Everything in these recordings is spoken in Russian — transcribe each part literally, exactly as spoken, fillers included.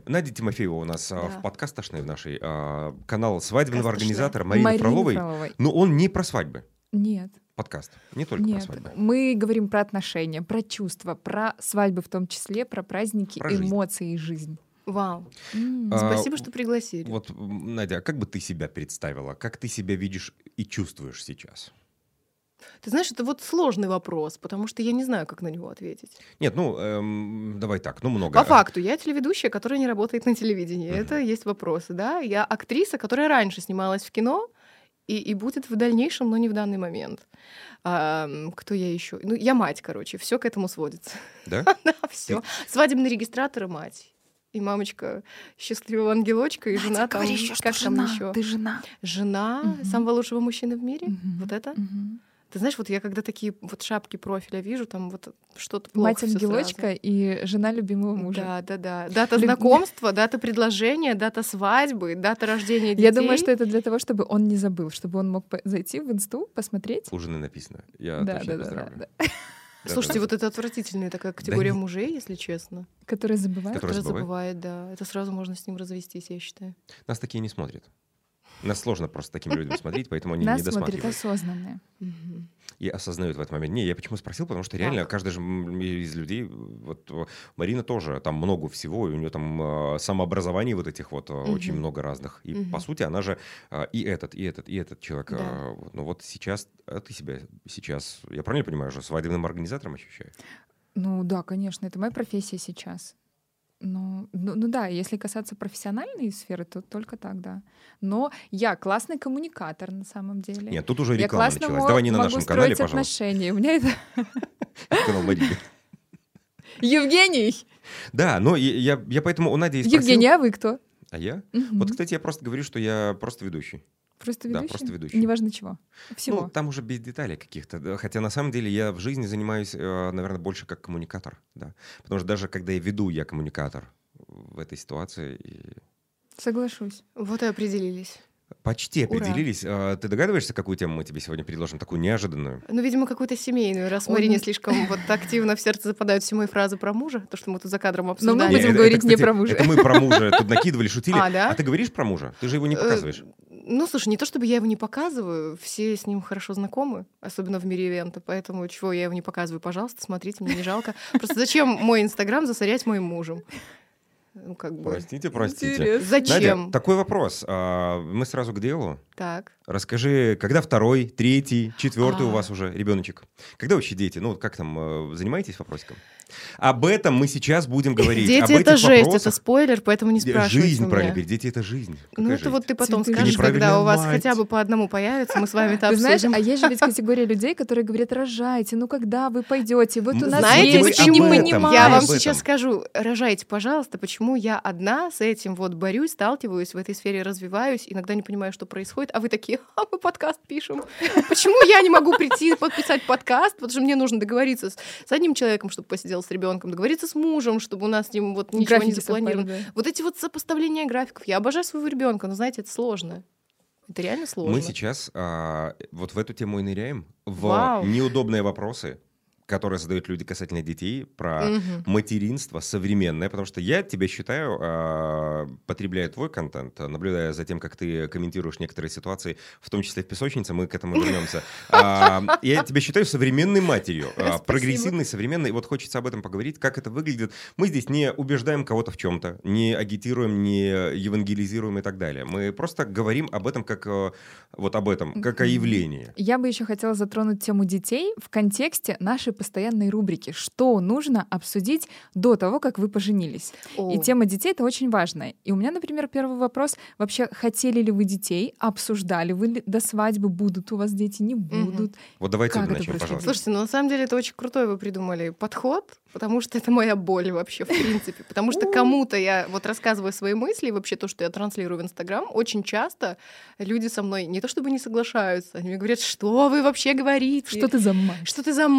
Надя Тимофеева у нас Да. в подкастошной в нашей а, канал свадебного Подкастошная. организатора Марины, Марины Фроловой. Фроловой. Но он не про свадьбы. Нет. Подкаст. Не только про Нет, свадьбы. мы говорим про отношения, про чувства, про свадьбы в том числе, про праздники, Про жизнь. эмоции и жизнь. Вау. М. А, Спасибо, что пригласили. Вот, м, Надя, а как бы ты себя представила? Как ты себя видишь и чувствуешь сейчас? Ты знаешь, это вот сложный вопрос, потому что я не знаю, как на него ответить. Нет, ну, эм, давай так, ну, много. По факту, я телеведущая, которая не работает на телевидении. Мгм. Это есть вопросы, да. Я актриса, которая раньше снималась в кино и, и будет в дальнейшем, но не в данный момент. А, м, кто я еще? Ну, я мать, короче, все к этому сводится. Да? Да, все. Свадебный регистратор и мать. И мамочка счастливого ангелочка, и жена там. Как там еще? Ты жена. Жена Мгм. самого лучшего мужчины в мире. Мгм. Вот это? Мгм. Ты знаешь, вот я когда такие вот шапки профиля вижу, там вот что-то плохо Мать всё ангелочка сразу. и жена любимого мужа. Да, да, да. Дата Люб- знакомства, дата предложения, дата свадьбы, дата рождения детей. Я думаю, что это для того, чтобы он не забыл, чтобы он мог по- зайти в инсту, посмотреть. У жены написано. Я Да, точно да, да, поздравлю. да, да. Да, Слушайте, да, вот это отвратительная такая категория не- мужей, если честно. Который забывает. Который Которая забывает? забывает, да. Это сразу можно с ним развестись, я считаю. Нас такие не смотрят. Нас сложно просто таким людям смотреть, поэтому они Нас не смотрят досматривают. осознанные. Мгм. И осознают в этот момент. Не, я почему спросил, потому что реально Так. каждый же м, из людей, вот э, Марина тоже, там много всего, и у нее там э, самообразований вот этих вот э, очень Мгм. много разных. И Мгм. по сути она же э, и этот, и этот, и этот человек. Да. э, вот. Ну вот сейчас, а ты себя сейчас, я правильно понимаю, что свадебным организатором ощущаешь? Ну да, конечно, это моя профессия сейчас. Ну, ну, ну да, если касаться профессиональной сферы, то только так, да. Но я классный коммуникатор на самом деле. Нет, тут уже я реклама классно началась. мо- Давай не на могу нашем строить канале, пожалуйста. отношения. У меня это Канал Марины. Евгений. Да, но я, я, я поэтому у Нади и спросил. Евгений, а вы кто? А я? Мгм. Вот, кстати, я просто говорю, что я просто ведущий. Просто да, ведущий? просто ведущий. Неважно чего. Всего. Ну, там уже без деталей каких-то. да. Хотя на самом деле я в жизни занимаюсь, э, наверное, больше как коммуникатор. Да. Потому что даже когда я веду, я коммуникатор в этой ситуации. И Соглашусь. Вот и определились. почти Ура. определились. А, ты догадываешься, какую тему мы тебе сегодня предложим? Такую неожиданную. Ну, видимо, какую-то семейную, раз Он- Марине слишком вот активно в сердце западают все мои фразы про мужа, то, что мы тут за кадром мы обсуждали. будем это- говорить это, не кстати, про мужа. Это мы про мужа тут накидывали, шутили. А, да? ты говоришь про мужа? Ты же его не Э, показываешь. Ну, слушай, не то чтобы я его не показываю, все с ним хорошо знакомы, особенно в мире ивента, поэтому чего я его не показываю, пожалуйста, смотрите, мне не жалко. Просто зачем мой Инстаграм засорять моим мужем? Ну, как бы... Простите, простите. Интересно. Зачем? Надя, такой вопрос. А, мы сразу к делу. Так. Расскажи, когда второй, третий, четвертый А. у вас уже ребеночек? Когда вообще дети? Ну, вот как там, э, занимаетесь вопросиком? Об этом мы сейчас будем говорить. Дети Об — это этих жесть, вопросах. это спойлер, поэтому не Де- спрашивайте Жизнь, у правильно меня. говорить. Дети — это жизнь. Ну, Какая это жизнь? вот ты потом Цветы. скажешь, когда Неправильная у вас мать. хотя бы по одному появится, мы с вами это Ты знаешь, обсудим. а есть же ведь категория людей, которые говорят, рожайте, ну когда вы пойдете? Вот у М, нас Знаете, есть, ты не почему? понимаешь. Я вам об этом. сейчас скажу, рожайте, пожалуйста, почему я одна с этим вот борюсь, сталкиваюсь, в этой сфере развиваюсь, иногда не понимаю, что происходит, а вы такие, а мы подкаст пишем. Почему я не могу прийти и подписать подкаст? Потому что мне нужно договориться с, с одним человеком, чтобы посидел с ребенком, договориться с мужем, чтобы у нас с ним вот ничего не Графики запланировано. совпали, да. Вот эти вот сопоставления графиков. Я обожаю своего ребенка, но знаете, это сложно. Это реально сложно. Мы сейчас а, вот в эту тему и ныряем. В Вау. неудобные вопросы, которые задают люди касательно детей, про Мгм. материнство современное, потому что я тебя считаю, а, потребляя твой контент, наблюдая за тем, как ты комментируешь некоторые ситуации, в том числе в песочнице, мы к этому вернемся. А, Я тебя считаю современной матерью, а, Спасибо. прогрессивной, современной. И вот хочется об этом поговорить, как это выглядит. Мы здесь не убеждаем кого-то в чем-то, не агитируем, не евангелизируем и так далее. Мы просто говорим об этом как э, вот об этом, как о Мгм. явлении. Я бы еще хотела затронуть тему детей в контексте нашей постоянной рубрики «Что нужно обсудить до того, как вы поженились?». О. И тема детей — это очень важная. И у меня, например, первый вопрос. Вообще, хотели ли вы детей? Обсуждали вы ли до свадьбы? Будут у вас дети? Не будут? Вот давайте Как отсюда это начнем, происходит? пожалуйста. Слушайте, ну на самом деле это очень крутой вы придумали подход, потому что это моя боль вообще, в принципе. Потому что кому-то я вот рассказываю свои мысли, и вообще то, что я транслирую в Инстаграм, очень часто люди со мной не то чтобы не соглашаются, они мне говорят, что вы вообще говорите? Что ты за мать? Что ты за мать?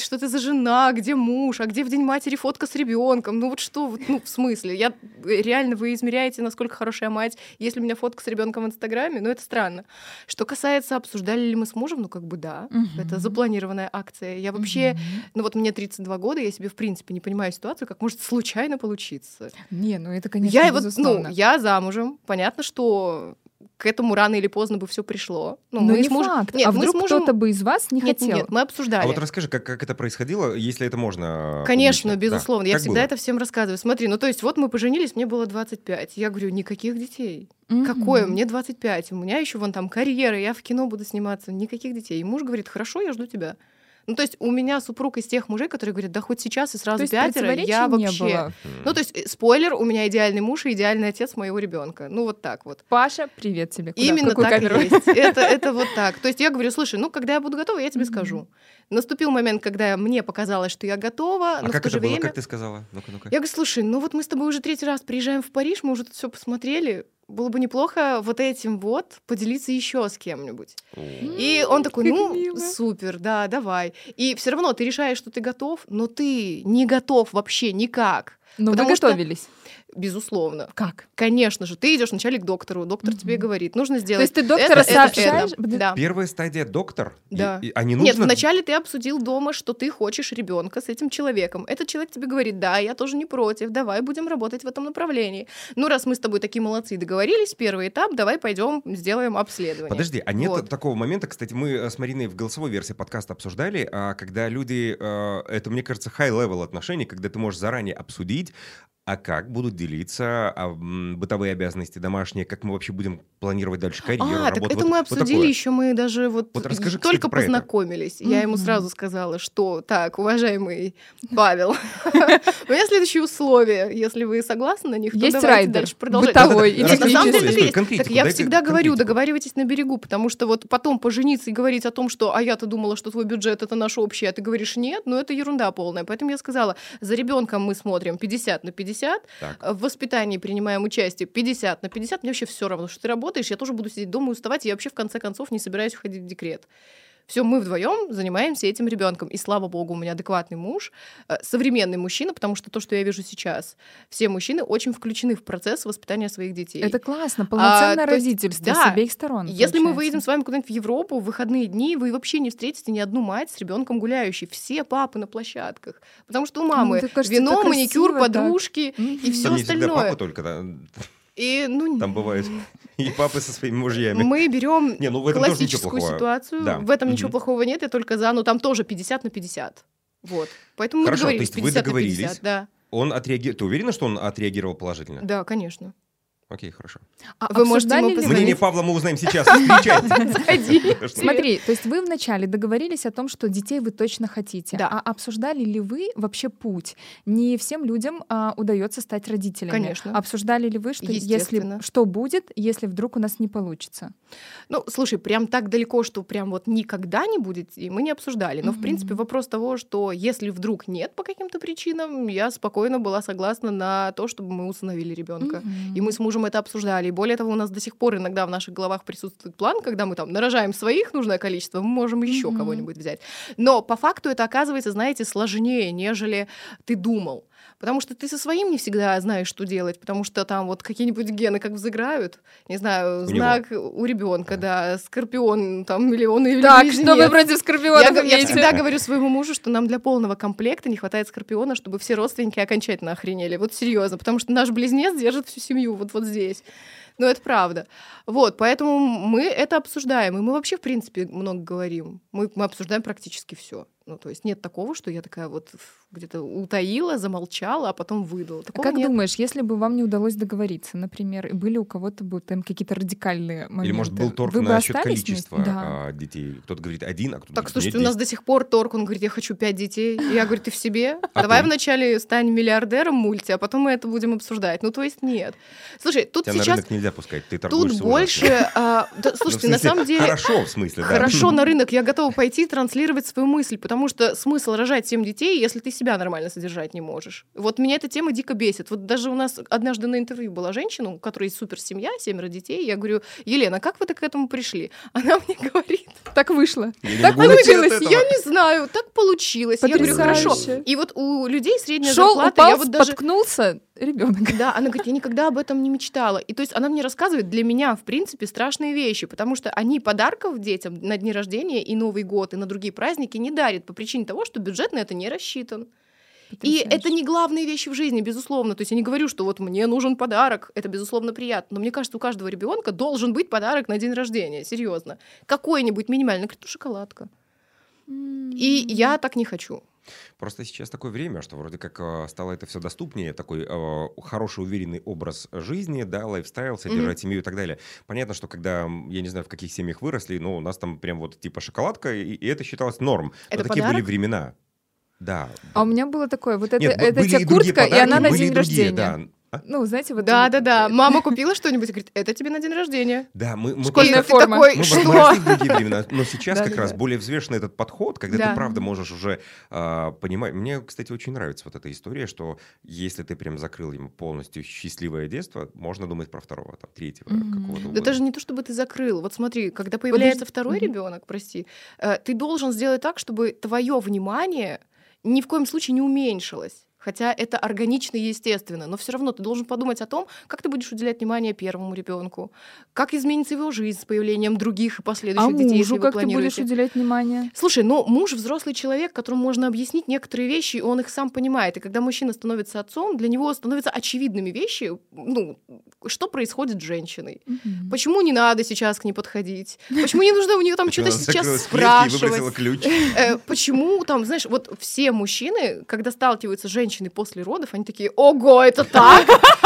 что ты за жена, где муж, а где в День матери фотка с ребенком. Ну вот что, вот, ну в смысле? Я реально вы измеряете, насколько хорошая мать, если у меня фотка с ребенком в Инстаграме, ну это странно. Что касается, обсуждали ли мы с мужем, ну как бы да, угу. это запланированная акция. Я вообще, угу. ну вот мне тридцать два года, я себе в принципе не понимаю ситуацию, как может случайно получиться. Не, ну это, конечно, я безусловно. Вот, ну, я замужем, понятно, что к этому рано или поздно бы все пришло. Ну, Но не муж... факт. Нет, а вдруг мужем... кто-то бы из вас не нет, хотел? Нет, мы обсуждали. А вот расскажи, как, как это происходило, если это можно? Конечно, публично? безусловно. Да. Я как всегда было? это всем рассказываю. Смотри, ну то есть вот мы поженились, мне было двадцать пять. Я говорю, никаких детей. Mm-hmm. Какое? Мне двадцать пять. У меня еще вон там карьера, я в кино буду сниматься. Никаких детей. И муж говорит, хорошо, я жду тебя. Ну, то есть у меня супруг из тех мужей, которые говорят, да хоть сейчас и сразу пятеро, я вообще... Не было. Ну, то есть, спойлер, у меня идеальный муж и идеальный отец моего ребенка. Ну, вот так вот. Паша, привет тебе. Куда? Именно так камеру? И есть. Это, это вот так. То есть я говорю, слушай, ну, когда я буду готова, я тебе mm-hmm. скажу. Наступил момент, когда мне показалось, что я готова, а но как в то же это было? время... Как ты сказала? Ну-ка, ну-ка. Я говорю, слушай, ну вот мы с тобой уже третий раз приезжаем в Париж, мы уже тут все посмотрели, было бы неплохо вот этим вот поделиться еще с кем-нибудь. Mm. И он такой, ну, мило. супер, да, давай. И все равно ты решаешь, что ты готов, но ты не готов вообще никак. Но вы готовились? Что... Безусловно. Как? Конечно же. Ты идешь вначале к доктору, доктор mm-hmm. тебе говорит, нужно сделать. То есть ты доктора это, сообщаешь? Это, это. Да. Первая стадия доктор? Да. И, и, а не нужно... Нет, вначале ты обсудил дома, что ты хочешь ребенка с этим человеком. Этот человек тебе говорит, да, я тоже не против, давай будем работать в этом направлении. Ну, раз мы с тобой такие молодцы, договорились, первый этап, давай пойдем сделаем обследование. Подожди, а нет вот. такого момента, кстати, мы с Мариной в голосовой версии подкаста обсуждали, когда люди, это, мне кажется, high-level отношений, когда ты можешь заранее обсудить, а как будут делиться а, бытовые обязанности домашние, как мы вообще будем планировать дальше карьеру, а, работу? Так это вот, мы обсудили вот еще, мы даже вот, вот расскажи, только кстати, познакомились. Это. Я Mm-hmm. ему сразу сказала, что так, уважаемый Павел, у меня следующие условия. Если вы согласны на них, то давайте дальше продолжать. Бытовой и на самом деле есть. Так я всегда говорю, договаривайтесь на берегу, потому что вот потом пожениться и говорить о том, что а я-то думала, что твой бюджет это наш общий, а ты говоришь нет, ну это ерунда полная. Поэтому я сказала, за ребенком мы смотрим пятьдесят на пятьдесят, в воспитании принимаем участие пятьдесят на пятьдесят, мне вообще все равно, что ты работаешь, я тоже буду сидеть дома и уставать, и я вообще в конце концов не собираюсь уходить в декрет. Все, мы вдвоем занимаемся этим ребенком. И слава богу, у меня адекватный муж, современный мужчина, потому что то, что я вижу сейчас, все мужчины очень включены в процесс воспитания своих детей. Это классно, полноценное а, родительство есть, с да, обеих сторон. Если получается. мы выедем с вами куда-нибудь в Европу в выходные дни, вы вообще не встретите ни одну мать с ребенком гуляющей. Все папы на площадках. Потому что у мамы ну, кажется, вино, маникюр, красиво, подружки так. и все Там не остальное. всегда папа только, да? И, ну, Там бывают и папы со своими мужьями. Мы берем не, ну, классическую ситуацию. Да. В этом mm-hmm. ничего плохого нет, я только за, но там тоже пятьдесят на пятьдесят. Вот. Поэтому Хорошо, мы договорились то есть вы договорились, на пятьдесят, да. Он отреагировал. Ты уверена, что он отреагировал положительно? Да, конечно. Окей, хорошо. А вы можете ему позвонить? Мнение Павла мы узнаем сейчас. Встречайте. Смотри, то есть вы вначале договорились о том, что детей вы точно хотите. Да. А обсуждали ли вы вообще путь? Не всем людям а, удается стать родителями. Конечно. Обсуждали ли вы, что, если, что будет, если вдруг у нас не получится? Ну, слушай, прям так далеко, что прям вот никогда не будет, и мы не обсуждали. Но, mm-hmm. в принципе, вопрос того, что если вдруг нет по каким-то причинам, я спокойно была согласна на то, чтобы мы усыновили ребенка. Mm-hmm. И мы с мужем это обсуждали. И более того, у нас до сих пор иногда в наших головах присутствует план, когда мы там нарожаем своих нужное количество, мы можем еще mm-hmm. кого-нибудь взять. Но по факту это оказывается, знаете, сложнее, нежели ты думал. Потому что ты со своим не всегда знаешь, что делать, потому что там вот какие-нибудь гены как взыграют, не знаю, у знак него. у ребенка, да, скорпион, там миллионы. Так, что вы против скорпионов я, я всегда говорю своему мужу, что нам для полного комплекта не хватает скорпиона, чтобы все родственники окончательно охренели. Вот серьезно, потому что наш близнец держит всю семью вот, вот здесь. Ну, это правда. Вот, поэтому мы это обсуждаем. И мы вообще, в принципе, много говорим. Мы, мы обсуждаем практически все. Ну, то есть нет такого, что я такая вот где-то утаила, замолчала, а потом выдала. Такого а как нет. думаешь, если бы вам не удалось договориться, например, и были у кого-то бы там какие-то радикальные моменты? Или, может, был торг насчет количества да. детей? Кто-то говорит один, а кто-то так, говорит слушайте, нет, у нас до сих пор торг, он говорит, я хочу пять детей. И я говорю, ты в себе? Давай вначале стань миллиардером мульти, а потом мы это будем обсуждать. Ну, то есть нет. Слушай, тут сейчас... Тебя на рынок нельзя пускать, ты торгуешься Тут больше... Слушайте, на самом деле... Хорошо, в смысле, да. Хорошо на рынок, я готова пойти транслировать свою мысль, потому потому что смысл рожать семь детей, если ты себя нормально содержать не можешь. Вот меня эта тема дико бесит. Вот даже у нас однажды на интервью была женщина, у которой супер семья, семеро детей. Я говорю: Елена, как вы так к этому пришли? Она мне говорит: так вышло. Так получилось. Я не знаю, так получилось. Я говорю: Потрясающе. хорошо. И вот у людей средняя Шел, зарплата. упал, Я вот даже споткнулся, ребенок. Да, она говорит: я никогда об этом не мечтала. И то есть она мне рассказывает для меня, в принципе, страшные вещи, потому что они подарков детям на дни рождения и Новый год, и на другие праздники не дарят по причине того, что бюджет на это не рассчитан. И это не главные вещи в жизни, безусловно. То есть я не говорю, что вот мне нужен подарок, это, безусловно, приятно. Но мне кажется, у каждого ребенка должен быть подарок на день рождения, серьезно. Какой-нибудь минимальный, говорит, ну, шоколадка. Mm-hmm. И я так не хочу. Просто сейчас такое время, что вроде как э, стало это все доступнее, такой э, хороший, уверенный образ жизни, да, лайфстайл, содержать mm-hmm. семью и так далее. Понятно, что когда, я не знаю, в каких семьях выросли, но у нас там прям вот типа шоколадка, и, и это считалось норм. Это но такие подарок? были времена. Да. А у меня было такое, вот это, Нет, это были тебе и другие куртка, подарки, и она на были день и другие, рождения. да. А? Ну, знаете, вот... Да-да-да, мама купила что-нибудь и говорит: это тебе на день рождения. Да, мы, мы Школьная просто- форма. Такой, Мы что? мы росли в другие времена, но сейчас Да, как да, раз да. более взвешенный этот подход, когда Да. ты правда можешь уже а, понимать. Мне, кстати, очень нравится вот эта история, что если ты прям закрыл ему полностью счастливое детство, можно думать про второго, там, третьего, Мгм. какого-то Да года. даже не то, чтобы ты закрыл. Вот смотри, когда появляется Подожди. второй Мгм. ребенок, прости, э, ты должен сделать так, чтобы твое внимание ни в коем случае не уменьшилось. Хотя это органично и естественно, но все равно ты должен подумать о том, как ты будешь уделять внимание первому ребенку, как изменится его жизнь с появлением других и А последующих детей, если мужу вы как ты будешь планируете. уделять внимание? Слушай, ну муж взрослый человек, которому можно объяснить некоторые вещи, и он их сам понимает. И когда мужчина становится отцом, для него становятся очевидными вещи, ну, что происходит с женщиной. Мгм. Почему не надо сейчас к ней подходить? Почему не нужно у нее там Почему что-то она сейчас закрылась в клетке и выбросила спрашивать? ключ? Э, Почему там, знаешь, вот все мужчины, когда сталкиваются с женщиной после родов, они такие: ого, это так?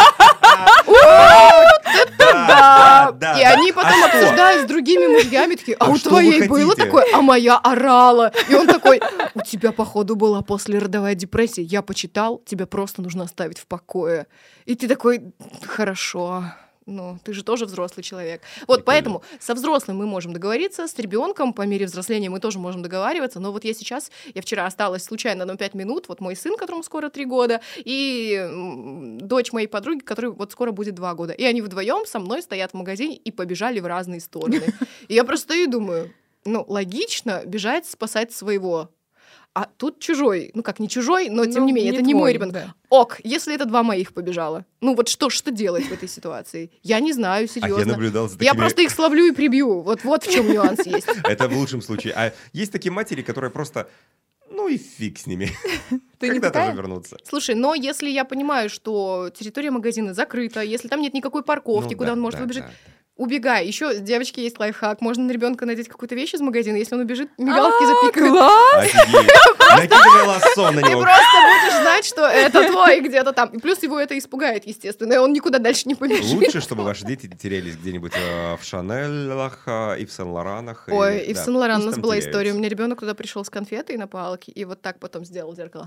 Да, Да. И они потом А что? обсуждают с другими мужьями, такие: а А у что вы твоей было хотите? такое? А моя орала. И он такой: у тебя, походу, была послеродовая депрессия. Я почитал, тебя просто нужно оставить в покое. И ты такой: хорошо. Ну, ты же тоже взрослый человек. Вот Прикольно. поэтому со взрослым мы можем договориться, с ребенком по мере взросления мы тоже можем договариваться. Но вот я сейчас, я вчера осталась случайно на пять минут, вот мой сын, которому скоро три года, и м, дочь моей подруги, которой вот скоро будет два года. И они вдвоем со мной стоят в магазине и побежали в разные стороны. И я просто стою и думаю: ну, логично бежать спасать своего. А тут чужой, ну как не чужой, но тем Ну, не менее, не это не твой, мой ребенок. да. Ок, если это два моих побежало. Ну вот что, что делать в этой ситуации? Я не знаю, А я серьезно. наблюдал за Я такими... просто их словлю и прибью. Вот, вот в чем нюанс есть. Это в лучшем случае. А есть такие матери, которые просто... Ну и фиг с ними. Ты не Когда такая? тоже вернуться? Слушай, но если я понимаю, что территория магазина закрыта, если там нет никакой парковки, Ну куда да, он может да, выбежать, да. убегай. Еще, девочки, есть лайфхак. Можно на ребенка надеть какую-то вещь из магазина, если он убежит, мигалки запикают. Класс! Офигеть. Накидывай лассо на Ты него. просто будешь знать, что это твой где-то там. И плюс его это испугает, естественно, и он никуда дальше не побежит. Лучше, чтобы ваши дети терялись где-нибудь э, в Шанелях, э, и в Сен-Лоранах. Ой, и в да, Сен-Лоран у пусть нас там была теряются. история. У меня ребенок туда пришел с конфетой на палке, и вот так потом сделал зеркало.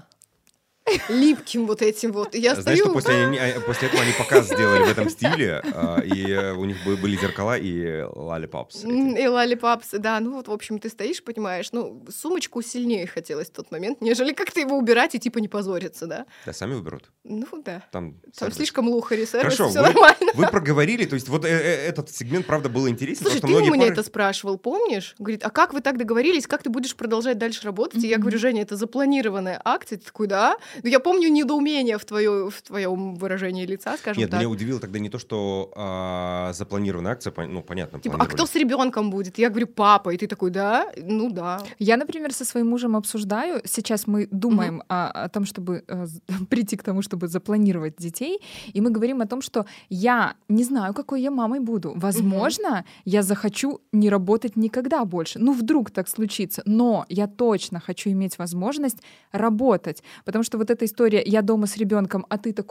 Липким вот этим вот. И я Знаешь, что стою... после, они- а, после этого они показ сделали в этом стиле, а, и э, у них бы- были зеркала и лалипапс. М, И лалипапс, да, ну вот, в общем, ты стоишь, понимаешь, ну, сумочку сильнее хотелось в тот момент, нежели как-то его убирать и типа не позориться, да? Да, сами уберут. Ну да. Там, Там сервис. слишком лухари, сервис, Хорошо, все вы, нормально. вы проговорили, то есть вот э, э, этот сегмент, правда, был интересен, Слушай, потому ты что у многие меня пары... это спрашивал, помнишь? Говорит, а как вы так договорились, как ты будешь продолжать дальше работать? И я Мгм. говорю: Женя, это запланированная акция. Ты такой: да? Но я помню недоумение в, твое, в твоем выражении лица, скажем Нет, так. меня удивило тогда не то, что а, запланированная акция, пон- ну, понятно, Типа, а планировали. кто с ребенком будет? Я говорю: папа. И ты такой: да? Ну да. Я, например, со своим мужем обсуждаю. Сейчас мы думаем о, о том, чтобы э, з- прийти к тому, чтобы запланировать детей. И мы говорим о том, что я не знаю, какой я мамой буду. Возможно, я захочу не работать никогда больше. Ну, вдруг так случится. Но я точно хочу иметь возможность работать. Потому что вот эта история «я дома с ребенком, а ты такой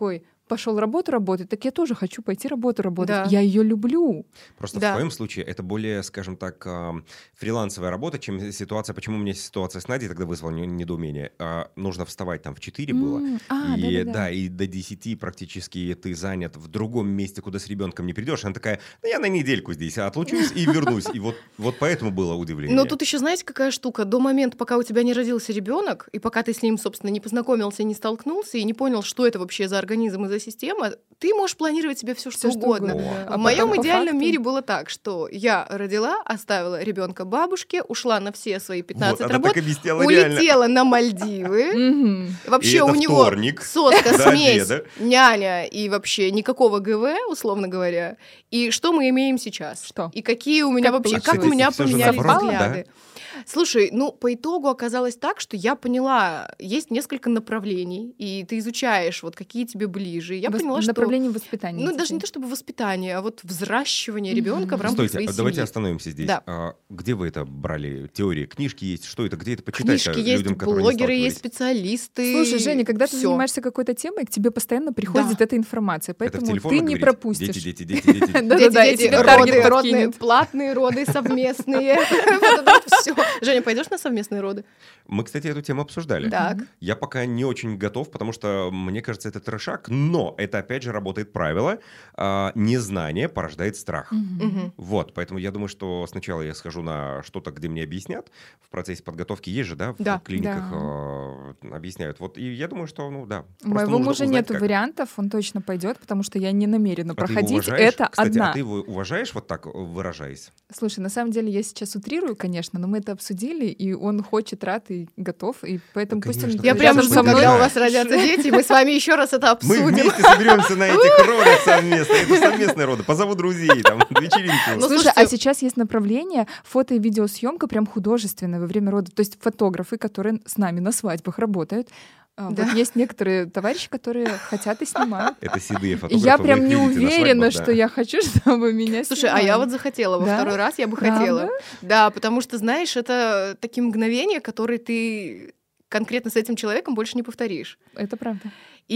пошел работу работать, так я тоже хочу пойти работу работать. Да. Я ее люблю. Просто Да. в твоем случае это более, скажем так, а, фрилансовая работа, чем ситуация. Почему у меня ситуация с Надей тогда вызвала не- недоумение? А, нужно вставать там в четыре было. М, а, И да-да-да. да, и до десяти практически ты занят в другом месте, куда с ребенком не придешь. Она такая, да я на недельку здесь отлучусь и вернусь. И вот, вот поэтому было удивление. Но тут еще знаете, какая штука? До момента, пока у тебя не родился ребенок, и пока ты с ним, собственно, не познакомился, не столкнулся, и не понял, что это вообще за организм и за система, ты можешь планировать себе все, что Всё, что угодно. угодно, О. да. В А моем потом по идеальном факту- мире было так, что я родила, оставила ребенка бабушке, ушла на все свои пятнадцать вот, она работ, так объясняла реально. улетела на Мальдивы. Мгм. Вообще И это у него вторник, соска, до смесь, обеда. няня и вообще никакого ГВ, условно говоря. И что мы имеем сейчас? Что? И какие у меня Как вообще, получилось? как у меня Всё же поменялись наоборот, взгляды? Слушай, ну, по итогу оказалось так, что я поняла, есть несколько направлений, и ты изучаешь, вот какие тебе ближе. И я Вос- поняла, что... Направление воспитания. Ну, даже детей. не то чтобы воспитание, а вот взращивание Мгм. ребенка в рамках Стойте, своей а давайте семьи. остановимся здесь. Да. А, где вы это брали? Теории, книжки есть? Что это? Где это почитать Книжки есть, людям, которые не блогеры есть, сталкивались? специалисты. Слушай, Женя, когда ты всё. занимаешься какой-то темой, к тебе постоянно приходит Да. эта информация, Это в поэтому телефон ты вы не говорите? пропустишь. Дети, дети, дети, дети. Да-да-да, и Дети, тебе дети, таргет роды, родные, подкинет. платные роды совместные. Вот это все. Женя, пойдешь на совместные роды? Мы, кстати, эту тему обсуждали. Так. Я пока не очень готов, потому что, мне кажется, это трешак, но это, опять же, работает правило. а, Незнание порождает страх. Мгм. Мгм. Вот, поэтому я думаю, что сначала я схожу на что-то, где мне объяснят. В процессе подготовки есть же, да, в Да. клиниках Да. э, объясняют. Вот, и я думаю, что, ну да. У просто моего нужно мужа узнать, нет как. вариантов, он точно пойдет, потому что я не намерена А ты его проходить уважаешь? это Кстати, одна. а ты его уважаешь вот так, выражаясь? Слушай, на самом деле я сейчас утрирую, конечно, но мы это обсудили, и он хочет, рад и готов, и поэтому Да, пусть он конечно, Я Ты прямо рядом жду, со мной. когда у вас родятся дети, и мы с вами еще раз это Мы обсудим. вместе соберемся на этих родах совместно. Это совместные роды. Позову друзей, там, вечеринку. Ну, Слушай, слушайте- а сейчас есть направление фото- и видеосъемка прям художественная во время родов. То есть фотографы, которые с нами на свадьбах работают. А, Да. Вот есть некоторые товарищи, которые хотят и снимают. Это седые И фотографы. я вы прям их не видите на уверена, свадьбах, да. что я хочу, чтобы меня Слушай, а снимали. я вот захотела во Да? второй раз, я бы Правда? хотела. Да, потому что, знаешь, это такие мгновения, которые ты конкретно с этим человеком больше не повторишь. Это правда.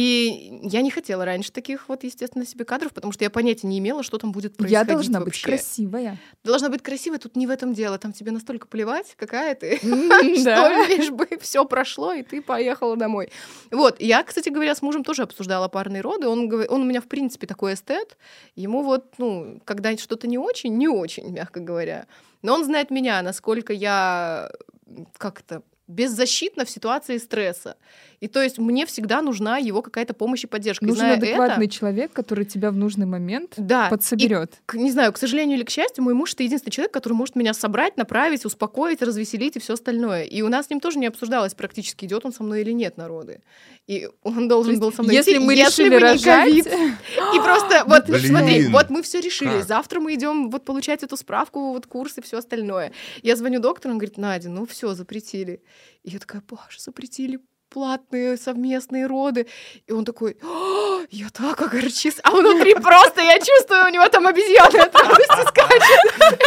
И я не хотела раньше таких вот, естественно, себе кадров, потому что я понятия не имела, что там будет происходить Я должна быть вообще. красивая. Должна быть красивой, тут не в этом дело. Там тебе настолько плевать, какая ты, М, что да. лишь бы все прошло, и ты поехала домой. Вот, я, кстати говоря, с мужем тоже обсуждала парные роды. Он, говор- он у меня, в принципе, такой эстет. Ему вот, ну, когда что-то не очень, не очень, мягко говоря. Но он знает меня, насколько я, как это, беззащитна в ситуации стресса. И то есть мне всегда нужна его какая-то помощь и поддержка. И Нужен зная адекватный это, человек, который тебя в нужный момент да, и подсоберет. к- не знаю, к сожалению или к счастью, мой муж — это единственный человек, который может меня собрать, направить, успокоить, развеселить и все остальное. И у нас с ним тоже не обсуждалось практически, идет он со мной или нет на роды. И он должен был со мной Если идти, мы если решили бы не рожать, ковид. И просто вот Блин. смотри, вот мы все решили. Как? Завтра мы идем вот получать эту справку, вот курс и все остальное. Я звоню доктору, он говорит: Надя, ну все, запретили. И я такая: Боже, запретили платные совместные роды. И он такой: «А, я так огорчился. А внутри просто я чувствую, у него там обезьяны от радости скачет.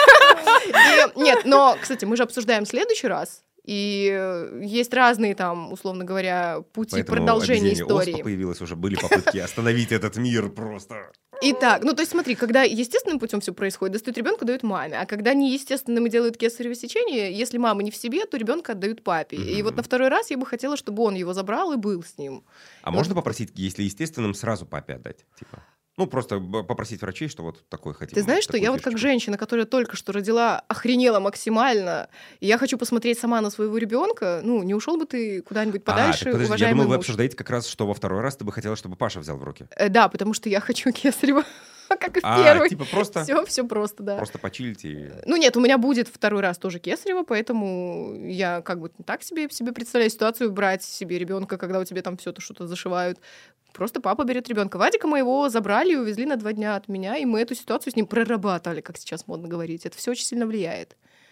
И нет, но, кстати, мы же обсуждаем в следующий раз. И э, есть разные там, условно говоря, пути Поэтому продолжения обезьяне истории. оспа появилась уже, были попытки остановить этот мир просто. Итак, ну то есть смотри, когда естественным путем все происходит, достают ребенка, дают маме, а когда неестественным и делают кесарево сечение, если мама не в себе, то ребенка отдают папе. И Мгм. вот на второй раз я бы хотела, чтобы он его забрал и был с ним. А можно попросить, если естественным, сразу папе отдать? Типа? Ну, просто б- попросить врачей, что вот такой хотим. Ты знаешь, что такую я вот как фишечку. женщина, которая только что родила, охренела максимально, и я хочу посмотреть сама на своего ребенка. Ну, не ушел бы ты куда-нибудь А, подальше, так подожди, я уважаемый думал, вы муж? обсуждаете как раз, что во второй раз ты бы хотела, чтобы Паша взял в руки. Э, Да, потому что я хочу кесарево, как и в А, первый. типа просто, Все, все просто, да. просто почилить и... Ну нет, у меня будет второй раз тоже кесарево, поэтому я как бы так себе, себе представляю ситуацию брать себе ребенка, когда у тебя там все то что-то зашивают. Просто папа берет ребенка. Вадика моего забрали и увезли на два дня от меня, и мы эту ситуацию с ним прорабатывали, как сейчас модно говорить. Это все очень сильно влияет.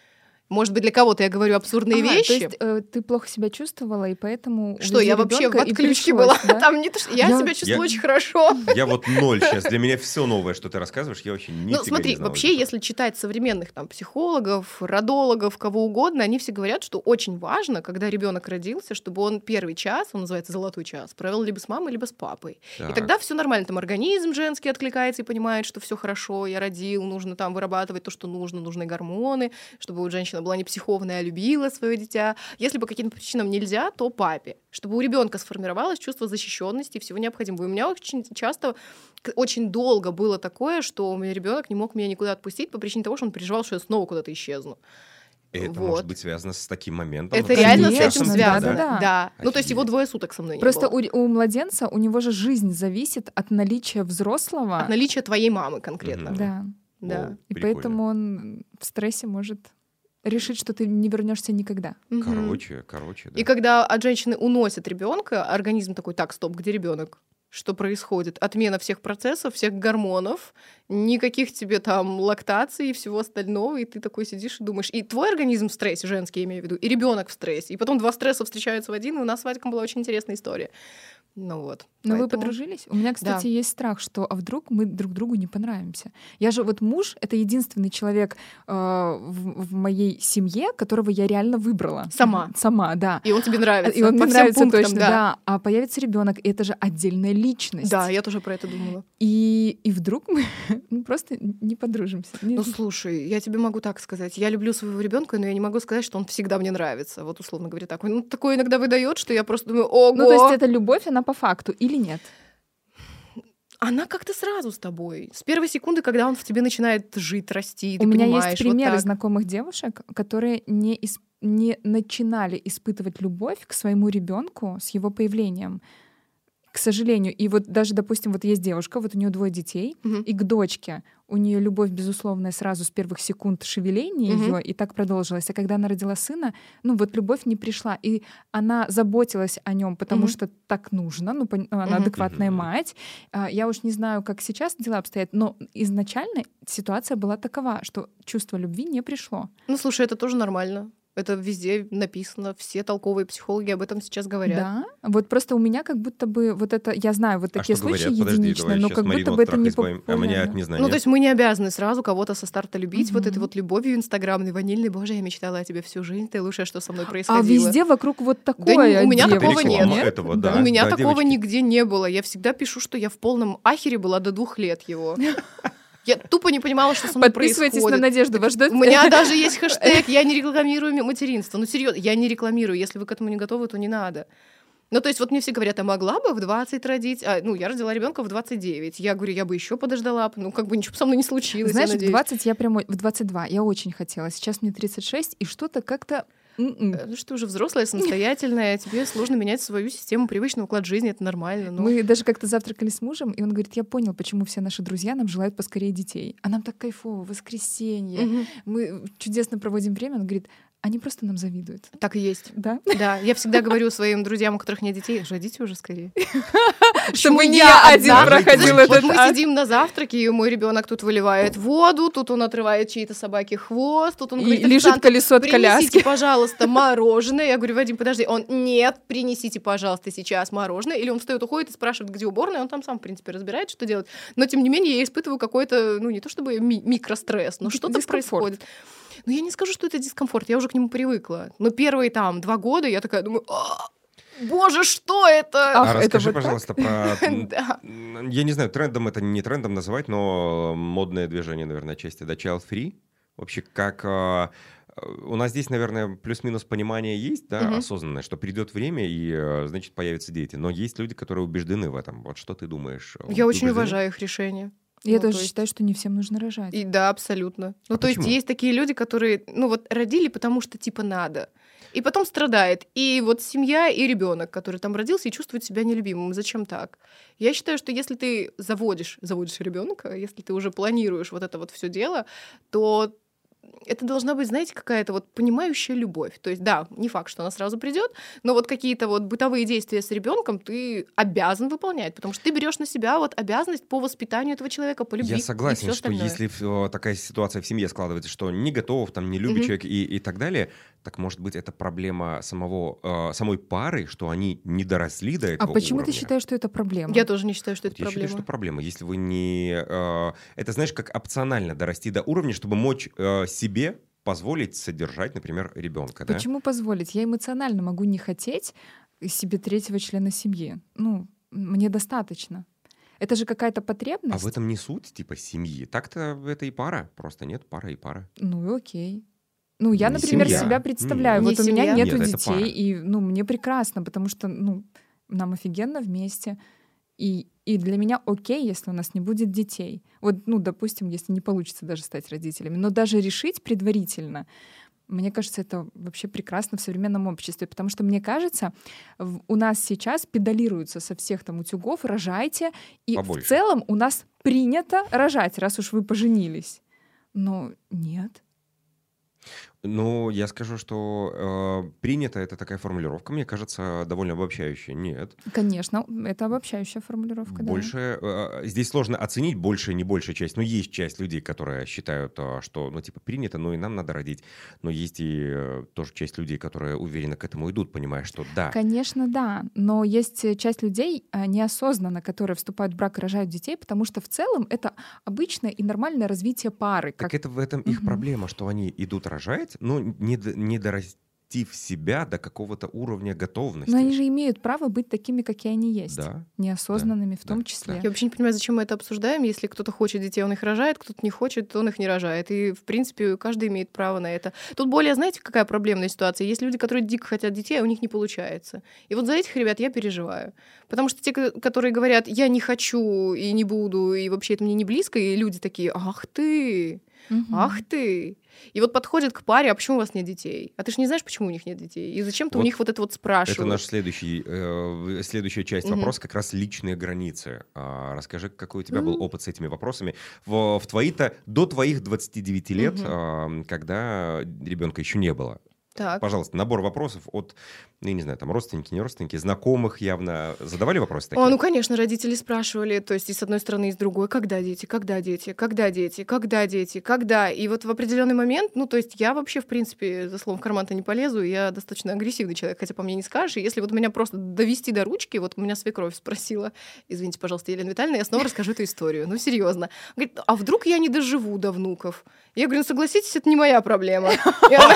Может быть, для кого-то я говорю абсурдные Ага, вещи. То есть э, ты плохо себя чувствовала, и поэтому... Что, увезли я вообще в ребёнка, и отключке пришлось, была. да? Там не то, что... Я, Я- себя чувствую Я- очень хорошо. Я вот ноль сейчас. Для меня все новое, что ты рассказываешь, я вообще нифига Ну, смотри, не знал. вообще, если читать современных там психологов, родологов, кого угодно, они все говорят, что очень важно, когда ребенок родился, чтобы он первый час, он называется золотой час, провел либо с мамой, либо с папой. И тогда все нормально, там организм женский откликается и понимает, что все хорошо, я родил, нужно там вырабатывать то, что нужно, нужны гормоны, чтобы у женщины была не психованная, а любила свое дитя. Если по каким-то причинам нельзя, то папе, чтобы у ребенка сформировалось чувство защищенности и всего необходимого. И у меня очень часто, к- очень долго было такое, что у меня ребенок не мог меня никуда отпустить по причине того, что он переживал, что я снова куда-то исчезну. И это Вот. может быть связано с таким моментом. Это вот реально с Конечно, этим да, связано. да, Да. да. Ну, то есть его Офигеть. двое суток со мной не Просто было. у, у младенца, у него же жизнь зависит от наличия взрослого. От наличия твоей мамы конкретно. Мгм. Да. Да. О, И прикольно. поэтому он в стрессе может решить, что ты не вернешься никогда. Мгм. Короче, короче, да. И когда от женщины уносят ребенка, организм такой: так, стоп, где ребенок? Что происходит? Отмена всех процессов, всех гормонов, никаких тебе там лактаций и всего остального, и ты такой сидишь и думаешь. И твой организм в стрессе, женский, я имею в виду, и ребенок в стрессе. И потом два стресса встречаются в один, и у нас с Вадиком была очень интересная история. Ну вот. Но вы поэтому- подружились? У меня, кстати, Да. есть страх, что а вдруг мы друг другу не понравимся. Я же вот муж — это единственный человек э, в, в моей семье, которого я реально выбрала. Сама. Сама, да. И он тебе нравится. И он по мне всем нравится пунктам, точно, да. А появится ребенок, и это же отдельная личность. Да, я тоже про это думала. И, и вдруг мы ну, просто не подружимся. Не- Ну, слушай, я тебе могу так сказать. Я люблю своего ребенка, но я не могу сказать, что он всегда мне нравится. Вот, условно говоря, так. Ну, такое иногда выдает, что я просто думаю: ого! Ну, то есть это любовь, она по факту или нет? Она как-то сразу с тобой. С первой секунды, когда он в тебе начинает жить, расти, ты У меня понимаешь, есть вот примеры так. знакомых девушек, которые не, ис- не начинали испытывать любовь к своему ребенку с его появлением. К сожалению. И вот даже, допустим, вот есть девушка, вот у нее двое детей, Мгм. и к дочке у нее любовь безусловная сразу с первых секунд шевеления Мгм. ее, и так продолжилась. А когда она родила сына, ну вот любовь не пришла, и она заботилась о нем, потому Мгм. что так нужно, ну пон- она Мгм. адекватная Мгм. мать. А, Я уж не знаю, как сейчас дела обстоят, но изначально ситуация была такова, что чувство любви не пришло. Ну, слушай, это тоже нормально. Это везде написано. Все толковые психологи об этом сейчас говорят. Да, вот просто у меня как будто бы вот это, я знаю, вот А такие что случаи говорят? Подожди, единичные, давай но сейчас как Марину будто от бы это страха не избавим, а меня от популярно. незнания. Ну, то есть мы не обязаны сразу кого-то со старта любить. Вот Мгм. этой вот любовью инстаграмной, ванильной. Боже, я мечтала о тебе всю жизнь. Ты лучшее, что со мной А происходило. везде вокруг вот Да такое. не- у меня девушка, такого нет. Реклама этого, да. У меня да, такого девочки. нигде не было. Я всегда пишу, что я в полном ахере была до двух лет его. Я тупо не понимала, что со мной Подписывайтесь на происходит. Надежду, вас ждет. У меня даже есть хэштег «Я не рекламирую материнство». Ну, серьезно, я не рекламирую. Если вы к этому не готовы, то не надо. Ну, то есть вот мне все говорят: а могла бы в двадцать родить? А, ну, я родила ребенка в двадцать девять. Я говорю, я бы еще подождала. Ну, как бы ничего со мной не случилось, Знаешь, я в надеюсь. двадцать я прямо в двадцать два я очень хотела. Сейчас мне тридцать шесть, и что-то как-то... м-м. Э, Ну, что ты уже взрослая, самостоятельная, тебе сложно менять свою систему, привычный уклад жизни, это нормально. Ну, Мы даже как-то завтракали с мужем, и он говорит: я понял, почему все наши друзья нам желают поскорее детей. А нам так кайфово, воскресенье, мгм. мы чудесно проводим время. Он говорит: они просто нам завидуют. Так и есть. Да? Да, я всегда говорю своим друзьям, у которых нет детей: родите уже скорее. Чтобы Почему не я я один одна? проходил Вот этот мы ад. сидим на завтраке, и мой ребенок тут выливает воду, тут он отрывает чьей-то собаке хвост, тут он И говорит: лежит «Официант, колесо от принесите, коляски. пожалуйста, мороженое». Я говорю: Вадим, подожди. Он: нет, принесите, пожалуйста, сейчас мороженое. Или он встает, уходит и спрашивает, где уборная. Он там сам, в принципе, разбирает, что делать. Но, тем не менее, я испытываю какой-то, ну, не то чтобы ми- микростресс, но Ди- что-то дискомфорт. происходит. Ну, я не скажу, что это дискомфорт, я уже к нему привыкла. Но первые там два года я такая думаю: «А, боже, что это? Ах, А это расскажи, вот так? пожалуйста, про... м, Да. м, Я не знаю, трендом это не трендом называть, но модное движение, наверное, отчасти, да, child free. Вообще, как... а, У нас здесь, наверное, плюс-минус понимание есть, да, Мгм. осознанное, что придет время, и, э, значит, появятся дети. Но есть люди, которые убеждены в этом. Вот что ты думаешь? Я очень Убеждены? уважаю их решение. Я Ну, тоже то есть- считаю, что не всем нужно рожать. И да, абсолютно. Ну, А то есть почему? есть такие люди, которые, ну, вот родили, потому что типа надо. И потом страдает. И вот семья и ребенок, который там родился и чувствует себя нелюбимым. Зачем так? Я считаю, что если ты заводишь, заводишь ребенка, если ты уже планируешь вот это вот все дело, то это должна быть, знаете, какая-то вот понимающая любовь. То есть, да, не факт, что она сразу придет, но вот какие-то вот бытовые действия с ребенком ты обязан выполнять, потому что ты берешь на себя вот обязанность по воспитанию этого человека, по любви. Я согласен, и всё что остальное. если э, такая ситуация в семье складывается, что не готов, там, не любит Мгм. человек и, и так далее, так может быть это проблема самого, э, самой пары, что они не доросли до А этого почему ты уровня. считаешь, что это проблема? Я тоже не считаю, что это Я считаю, проблема. что проблема. Если вы не... э, это, знаешь, как опционально дорасти до уровня, чтобы мочь э, себе позволить содержать, например, ребенка. Да? Почему позволить? Я эмоционально могу не хотеть себе третьего члена семьи. Ну, мне достаточно. Это же какая-то А потребность. в этом не суть, типа, семьи. Так-то это и пара. Просто нет, пара и пара. Ну и окей. Ну, я, Не например, семья. себя представляю. Нет. Вот Не у меня семья. нету Нет, это пара. детей, и ну, мне прекрасно, потому что ну, нам офигенно вместе. И, и для меня окей, если у нас не будет детей. Вот, ну, допустим, если не получится даже стать родителями. Но даже решить предварительно, мне кажется, это вообще прекрасно в современном обществе, потому что, мне кажется, в- у нас сейчас педалируются со всех там утюгов, рожайте, и Побольше. в целом у нас принято рожать, раз уж вы поженились. Но нет. Ну, я скажу, что э, принято это такая формулировка, мне кажется, довольно обобщающая. Нет. Конечно, это обобщающая формулировка, да. Больше, э, здесь сложно оценить больше, не большая часть. Но есть часть людей, которые считают, э, что, ну, типа, принято, но и нам надо родить. Но есть и э, тоже часть людей, которые уверенно к этому идут, понимая, что да. Конечно, да. Но есть э, часть людей а, неосознанно, которые вступают в брак и рожают детей, потому что в целом это обычное и нормальное развитие пары. Так Как... это в этом их Мгм. проблема, что они идут рожать, но не, д- не дорастив себя до какого-то уровня готовности. Но они же имеют право быть такими, какие они есть. Да. Неосознанными в да, том да. числе. Я вообще не понимаю, зачем мы это обсуждаем. Если кто-то хочет детей, он их рожает, кто-то не хочет, он их не рожает. И, в принципе, каждый имеет право на это. Тут более, знаете, какая проблемная ситуация? Есть люди, которые дико хотят детей, а у них не получается. И вот за этих ребят я переживаю. Потому что те, ко- которые говорят, я не хочу и не буду, и вообще это мне не близко, и люди такие, ах ты, Мгм. ах ты. И вот подходят к паре, а почему у вас нет детей? А ты же не знаешь, почему у них нет детей? И зачем ты у Вот них вот это вот спрашиваешь? Это наш следующий, э, следующая часть Мгм. вопроса, как раз личные границы. А, расскажи, какой у тебя был М. опыт с этими вопросами в, в твои-то, до твоих двадцати девяти лет, Мгм. а, когда ребенка еще не было. Так. Пожалуйста, набор вопросов от, ну, я не знаю, там родственники, не родственники, знакомых явно. Задавали вопросы такие? О, ну, конечно, родители спрашивали, то есть и с одной стороны, и с другой, когда дети, когда дети, когда дети, когда дети, когда. И вот в определенный момент, ну, то есть я вообще, в принципе, за словом в карман-то не полезу, я достаточно агрессивный человек, хотя по мне не скажешь. И если вот меня просто довести до ручки, вот у меня свекровь спросила, извините, пожалуйста, Елена Витальевна, я снова расскажу эту историю. Ну, серьезно. Говорит, а вдруг я не доживу до внуков? Я говорю, ну, согласитесь, это не моя проблема. И она-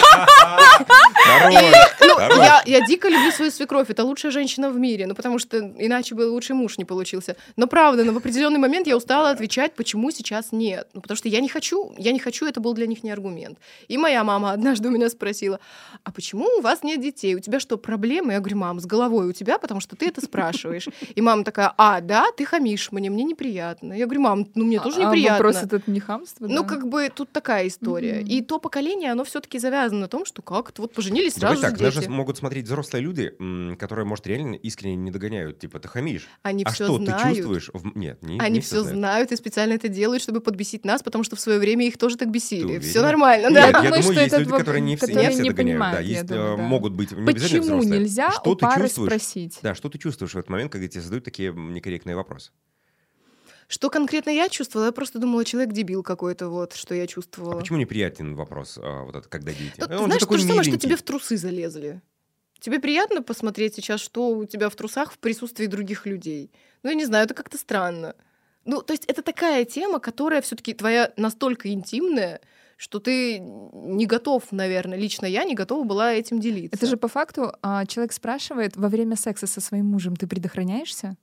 Хорош, Ну, хорош. я, я дико люблю свою свекровь, это лучшая женщина в мире, ну потому что иначе бы лучший муж не получился. Но правда, но в определенный момент я устала отвечать, почему сейчас нет. Ну потому что я не хочу, я не хочу, это был для них не аргумент. И моя мама однажды у меня спросила, а почему у вас нет детей? У тебя что, проблемы? Я говорю, мам, с головой у тебя, потому что ты это спрашиваешь. И мама такая, а, да, ты хамишь мне, мне неприятно. Я говорю, мам, ну мне тоже А неприятно. вопрос этот не хамство, Ну, да? как бы тут такая история. Мгм. И то поколение, оно все-таки завязано на том, что как-то вот поженились Давай сразу так, же нас же дети. могут смотреть взрослые люди, м, которые, может, реально искренне не догоняют. Типа, ты хамишь. Они а все что, знают. ты чувствуешь? В- Нет, не, Они не все знают. знают и специально это делают, чтобы подбесить нас, потому что в свое время их тоже так бесили. уверена? Все нормально, Нет, да. я думаю, думаю, что есть этот люди, воп- которые не все, которые не все не догоняют. Да, понимают, я есть, думаю, э, да. могут быть не обязательно Почему взрослые. нельзя Что у ты пары чувствуешь? спросить? Да, что ты чувствуешь в этот момент, когда тебе задают такие м, некорректные вопросы? Что конкретно я чувствовала? Я просто думала, человек дебил какой-то, вот, что я А чувствовала. почему неприятен вопрос, а, вот это, когда дети? Ну, Э, ты он же знаешь, такой то же самое, что миленький. тебе в трусы залезли. Тебе приятно посмотреть сейчас, что у тебя в трусах в присутствии других людей? Ну, я не знаю, это как-то странно. Ну, то есть это такая тема, которая все-таки твоя настолько интимная, что ты не готов, наверное, лично я не готова была этим делиться. Это же по факту а, человек спрашивает во время секса со своим мужем, ты предохраняешься?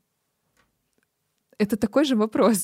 Это такой же вопрос.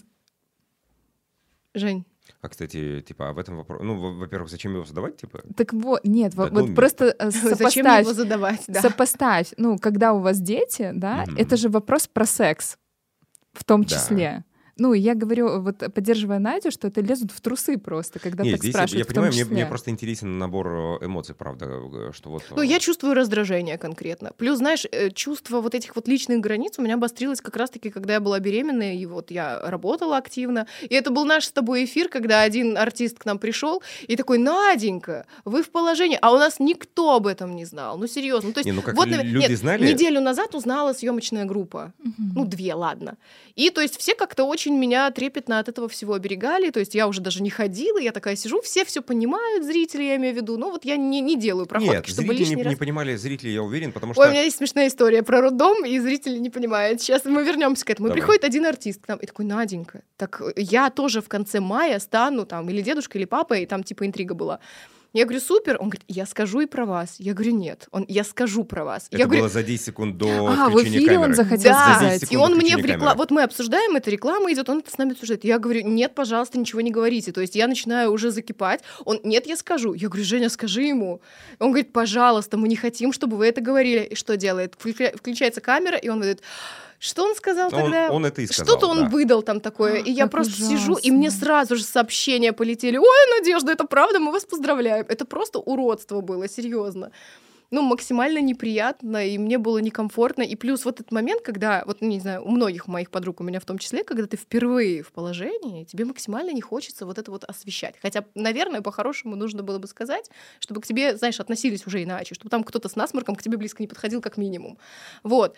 Жень. А, кстати, типа, об этом вопросе... Ну, во- во-первых, зачем его задавать, типа? Так вот, нет, Да вот, ну, вот просто э, Зачем мне сопоставь, его задавать? Да. сопоставь, ну, когда у вас дети, да, Мгм. это же вопрос про секс в том Да. числе. Ну, я говорю, вот поддерживая Надю, что это лезут в трусы просто, когда Не, так здесь спрашивают. я в том понимаю, мне, числе. мне просто интересен набор эмоций, правда, что вот... Ну, я чувствую раздражение конкретно. Плюс, знаешь, э, чувство вот этих вот личных границ у меня обострилось как раз-таки, когда я была беременная, и вот я работала активно. И это был наш с тобой эфир, когда один артист к нам пришел и такой: Наденька, вы в положении, а у нас никто об этом не знал. Ну, серьезно. Ну, то есть, Не, ну как вот, люди нет, знали? неделю назад узнала съемочная группа. Мгм. Ну, две, ладно. И, то есть, все как-то очень меня трепетно от этого всего оберегали. То есть, я уже даже не ходила, я такая сижу, все все понимают, зрители, я имею в виду. Ну, вот я не, не делаю проходки, Нет, чтобы зрители лишний не, раз... не понимали, зрители, я уверен, потому Ой, что... у меня есть смешная история про роддом, и зрители не понимают. Сейчас мы вернемся к этому. И Давай. приходит один артист к нам и такой: Наденька, так я тоже в конце мая стану там или дедушка, или папа, и там типа интрига была. Я говорю: супер. Он говорит: я скажу и про вас. Я говорю: нет. Он: я скажу про вас. Это я было говорю: за десять секунд до А, в включения эфире камеры. он захотел да, За десять сказать. секунд и он до мне в включения рекламе... камеры. Вот мы обсуждаем, это реклама идет, он это с нами обсуждает. Я говорю: нет, пожалуйста, ничего не говорите. То есть я начинаю уже закипать. Он: нет, я скажу. Я говорю: Женя, скажи ему. Он говорит: пожалуйста, мы не хотим, чтобы вы это говорили. И что делает? Вклю- Включается камера, и он выдает... Что он сказал Он- тогда? он это и сказал, Что-то он да. выдал там такое. И я Как просто ужасно. сижу, и мне сразу же сообщения полетели: ой, Надежда, это правда, мы вас поздравляем. Это просто уродство было, серьезно. Ну, максимально неприятно, и мне было некомфортно. И плюс вот этот момент, когда, вот, не знаю, у многих моих подруг, у меня в том числе, когда ты впервые в положении, тебе максимально не хочется вот это вот освещать. Хотя, наверное, по-хорошему нужно было бы сказать, чтобы к тебе, знаешь, относились уже иначе, чтобы там кто-то с насморком к тебе близко не подходил, как минимум. Вот.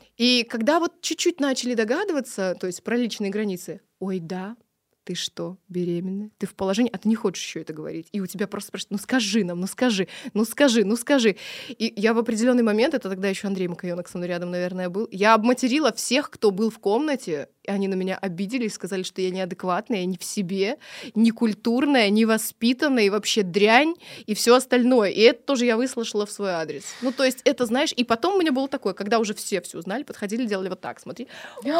И когда вот чуть-чуть начали догадываться, то есть про личные границы: ой, да, ты что, беременная? Ты в положении, а ты не хочешь еще это говорить. И у тебя просто спрашивают: ну скажи нам, ну скажи, ну скажи, ну скажи. И я в определенный момент, это тогда еще Андрей Макаёнок со мной рядом, наверное, был, я обматерила всех, кто был в комнате, и они на меня обиделись, сказали, что я неадекватная, не в себе, некультурная, невоспитанная и вообще дрянь, и все остальное. И это тоже я выслушала в свой адрес. Ну, то есть это, знаешь, и потом у меня было такое, когда уже все все узнали, подходили, делали вот так, смотри.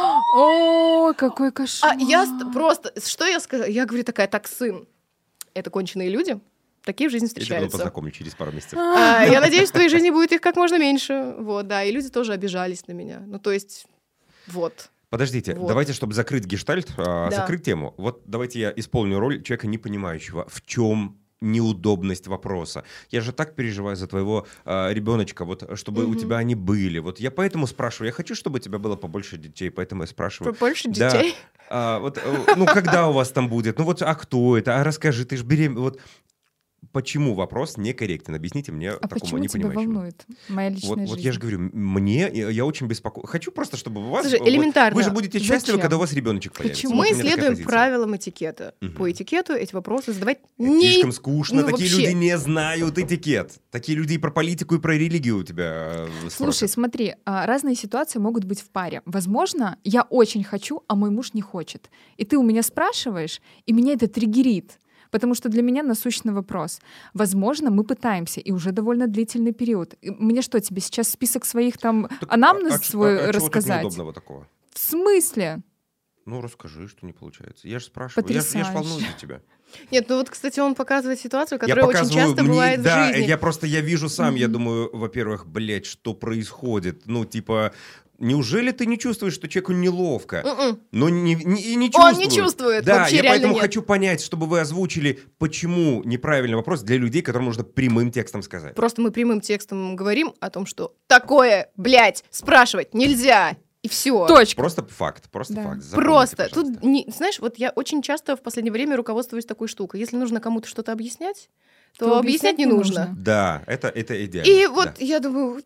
О, какой кошмар. А я ст- просто, что я сказала? Я говорю такая: так, сын, это конченые люди, такие в жизни Я тебя встречаются. познакомлю через пару месяцев. А, я надеюсь, в твоей жизни будет их как можно меньше. Вот, да, и люди тоже обижались на меня. Ну, то есть, вот. Подождите, Вот. давайте, чтобы закрыть гештальт, а, Да. закрыть тему. Вот давайте я исполню роль человека, не понимающего, в чем неудобность вопроса. Я же так переживаю за твоего а, ребеночка, вот, чтобы у Мгм. тебя они были. Вот я поэтому спрашиваю. Я хочу, чтобы у тебя было побольше детей, поэтому я спрашиваю. Про больше Да. детей. А, вот, э, ну, когда у вас там будет? Ну, вот, а кто это? А расскажи, ты же беременна. Вот почему вопрос некорректен? Объясните мне, А такому почему тебя непонимающему. волнует моя личная Вот, жизнь? вот я же говорю, м- мне, я я очень беспокоен. Хочу просто, чтобы у вас... Слушай, вот, элементарно. вы же будете счастливы, Зачем? когда у вас ребеночек появится. Почему? Вот Мы у меня такая следуем позиция. правилам этикета. Мгм. По этикету эти вопросы задавать Это не... слишком скучно, ну, такие вообще. люди не знают этикет. Такие люди и про политику, и про религию у тебя э, Слушай, спросят. смотри, а, разные ситуации могут быть в паре. Возможно, я очень хочу, а мой муж не хочет. И ты у меня спрашиваешь, и меня это триггерит. Потому что для меня насущный вопрос. Возможно, мы пытаемся, и уже довольно длительный период. И мне что, тебе сейчас список своих там Так, анамнез а- а ч- свой а- а чего тут рассказать? неудобного такого? В смысле? Ну, расскажи, что не получается. Я же спрашиваю. Я, ж- я ж Потрясающе. волнуюсь за тебя. Нет, ну вот, кстати, он показывает ситуацию, Я которая очень показываю, часто мне- бывает да, в жизни. я просто, я вижу сам, я Мгм. думаю, во-первых, блядь, что происходит? Ну, типа, неужели ты не чувствуешь, что человеку неловко? М-м. Но не, не- и не Он чувствует. не чувствует, Да, вообще я реально поэтому нет. хочу понять, чтобы вы озвучили, почему неправильный вопрос для людей, которым нужно прямым текстом сказать. Просто мы прямым текстом говорим о том, что такое, блядь, спрашивать нельзя. И все. Точка. Просто факт, просто Да. факт. Запомните, Просто. пожалуйста. Тут, не, знаешь, вот я очень часто в последнее время руководствуюсь такой штукой. Если нужно кому-то что-то объяснять, то, То объяснять не нужно. Да, это, это идеально. И вот Да. я думаю,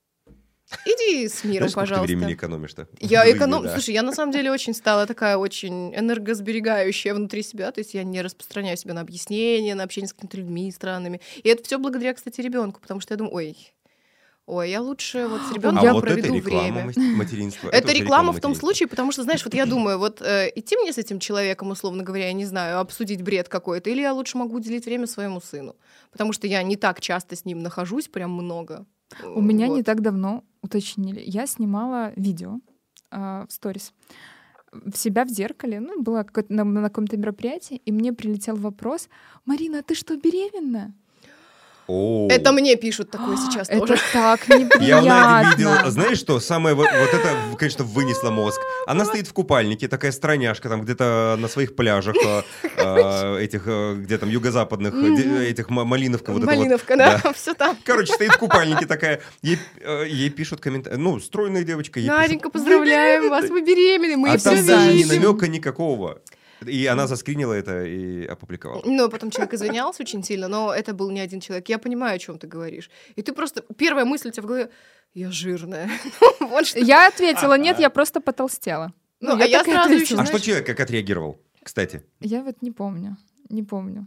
иди с миром, Знаешь, сколько ты пожалуйста. времени экономишь-то? в Я жизни, эконом... да. Слушай, я на самом деле очень стала такая очень энергосберегающая внутри себя, то есть я не распространяю себя на объяснения, на общение с какими-то людьми странными. И это все благодаря, кстати, ребенку, потому что я думаю, ой, ой, я лучше вот с ребенком А вот это проведу реклама время. мас- материнства. Это уже реклама в том материнства. случае, потому что, знаешь, вот я думаю, вот э, идти мне с этим человеком, условно говоря, я не знаю, обсудить бред какой-то, или я лучше могу уделить время своему сыну, потому что я не так часто с ним нахожусь, прям много. У меня Вот. не так давно уточнили. Я снимала видео а, в сторис в себя в зеркале. Ну, была какое-то, на, на каком-то мероприятии, и мне прилетел вопрос: Марина, а ты что, беременна? О. Это мне пишут такое сейчас Это тоже. так Я у Нади неприятно. видел, знаешь что, самое вот, вот это, конечно, вынесло мозг. Она стоит в купальнике, такая стройняшка, там где-то на своих пляжах, э, э, этих, э, где там, юго-западных, э, де- этих ма- Малиновка, вот это вот. Малиновка, да, все там. Короче, стоит в купальнике такая, ей, э, ей пишут комментарии, ну, стройная девочка, ей Наденька, пишут, поздравляем вас, вы беременны, мы а все там даже ни видим. намека никакого. И она заскринила это и опубликовала. Но потом человек извинялся очень сильно, но это был не один человек. Я понимаю, о чем ты говоришь. И ты просто... Первая мысль у тебя в голове: я жирная. Вот что. Я ответила, нет, я просто потолстела. Ну, а я так и сразу ответила. еще, А знаешь- что человек как отреагировал, кстати? Я вот не помню, не помню.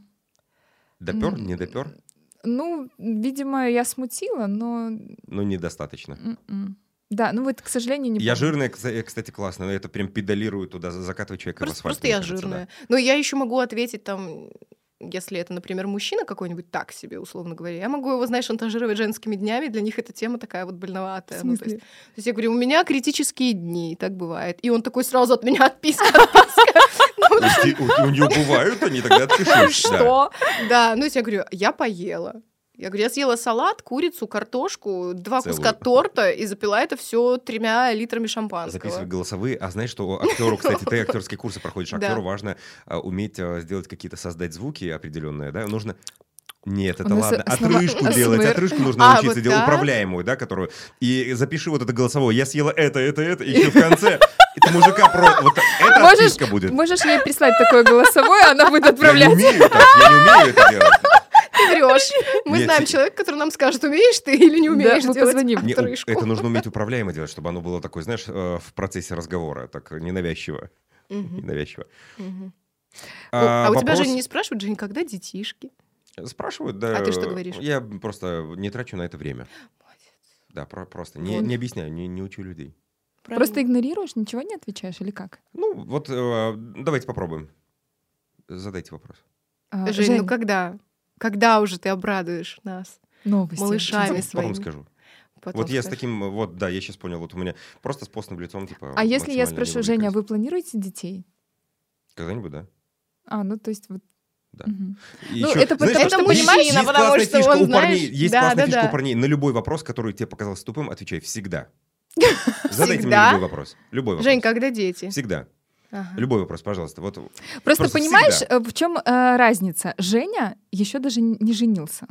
Допер, М. не допер? Ну, видимо, я смутила, но... Ну, недостаточно. м-м. Да, ну вот, к сожалению, не Я помню. жирная, кса- кстати, классно. Это прям педалирую туда, закатываю человека в Просто, асфальт. просто мне я кажется, жирная. Но я еще могу ответить там, если это, например, мужчина какой-нибудь так себе, условно говоря, я могу его, знаешь, шантажировать женскими днями, для них эта тема такая вот В больноватая. Ну, то, смысле? есть, то есть я говорю, у меня критические дни, и так бывает. И он такой сразу от меня отписка, отписка. Ну, да. У те- У у нее бывают они, тогда отпишусь. да. Что? Да, ну, то есть я говорю, я поела. Я говорю, я съела салат, курицу, картошку, два Целую. куска торта и запила это все тремя литрами шампанского. Записывать голосовые. А знаешь, что актеру, кстати, ты актерские курсы проходишь, Да. актеру важно а, уметь а, сделать какие-то, создать звуки определенные, да? Нужно... Нет, это У нас ладно. основа- Отрыжку делать, АСМР. отрыжку нужно А, научиться вот делать, так? управляемую, да, которую... И запиши вот это голосовое. Я съела это, это, это, и еще в конце... Это мужика про... Вот это Можешь, отписка будет. можешь ей прислать такое голосовое, она будет Я не отправлять. умею так, я не умею это делать. Ты врешь. Мы Нет, знаем ти- человека, который нам скажет, умеешь ты или не умеешь мы делать позвоним. Не, отрыжку. это нужно уметь управляемо делать, чтобы оно было такое, знаешь, э, в процессе разговора, так ненавязчиво. Мгм, Ненавязчиво. мгм. Ну, А, А у тебя вопрос- же не спрашивают, Жень, когда детишки? Спрашивают, да. А ты что э, говоришь? Я просто не трачу на это время. Да, про- просто не, Вот. не объясняю, не, не учу людей. Просто Правильно. игнорируешь, ничего не отвечаешь или как? Ну, вот э, давайте попробуем. Задайте вопрос. А, Жень, Жень, ну когда? Когда уже ты обрадуешь нас? новости. малышами Жень. с- Потом своими. скажу. Потом Вот я с скажешь. таким, вот, да, я сейчас понял, вот у меня просто с постным лицом, типа, А если я максимально спрошу, не Женя, вовлекаюсь. вы планируете детей? Когда-нибудь, да. А, ну то есть вот... Да. Мгм. И Ну, ещё, это потому знаешь, что, есть- мужчина, есть потому классная что фишка он, у парней, знаешь, есть да, классная да, фишка да. у парней. На любой вопрос, который тебе показался тупым, отвечай всегда. Задайте мне Всегда? любой вопрос. Любой вопрос. Жень, когда дети? Всегда. Ага. Любой вопрос, пожалуйста. Вот. Просто, Просто понимаешь, всегда. э, в чем разница? Женя еще даже н- не женился.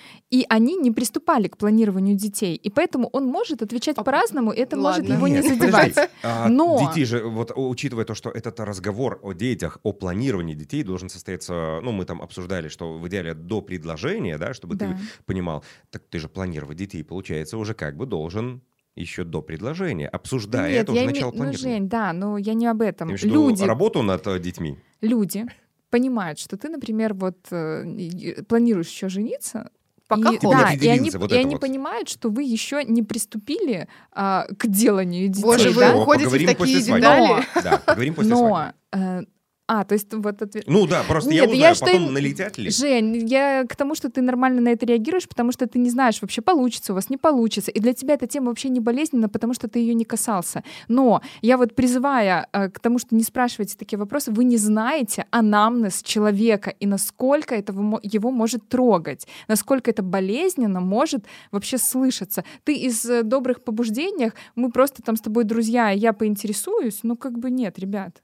И они не приступали к планированию детей. И поэтому он может отвечать А, по-разному, и это может ладно. его не Нет, задевать. подождите. А, Но- Детей же, вот учитывая то, что этот разговор о детях, о планировании детей должен состояться, ну, мы там обсуждали, что в идеале до предложения, да, чтобы Да. ты понимал, так ты же планировать детей, получается, уже как бы должен еще до предложения, обсуждая Нет, это уже я начало име- ну, планирования. Жень, да, но я не об Ты этом. имеешь в виду Люди, работу над э, детьми? люди понимают, что ты, например, вот э, и- планируешь еще жениться. Пока и, Ты не да, и определился, они, вот и это они вот. понимают, что вы еще не приступили а, к деланию детей. Боже, вы да? уходите в поговорим такие после свадьбы. детали. Да, поговорим после Но, свадьбы. э, а, то есть вот ответ. Ну да, просто я Нет, узнаю, я что потом им- налетят ли. Жень, я к тому, что ты нормально на это реагируешь, потому что ты не знаешь, вообще получится у вас, не получится. И для тебя эта тема вообще не болезненна, потому что ты ее не касался. Но я вот призывая э, к тому, что не спрашивайте такие вопросы, вы не знаете анамнез человека и насколько это мо- его может трогать, насколько это болезненно может вообще слышаться. Ты из э, добрых побуждениях, мы просто там с тобой друзья, и я поинтересуюсь, ну как бы нет, ребят.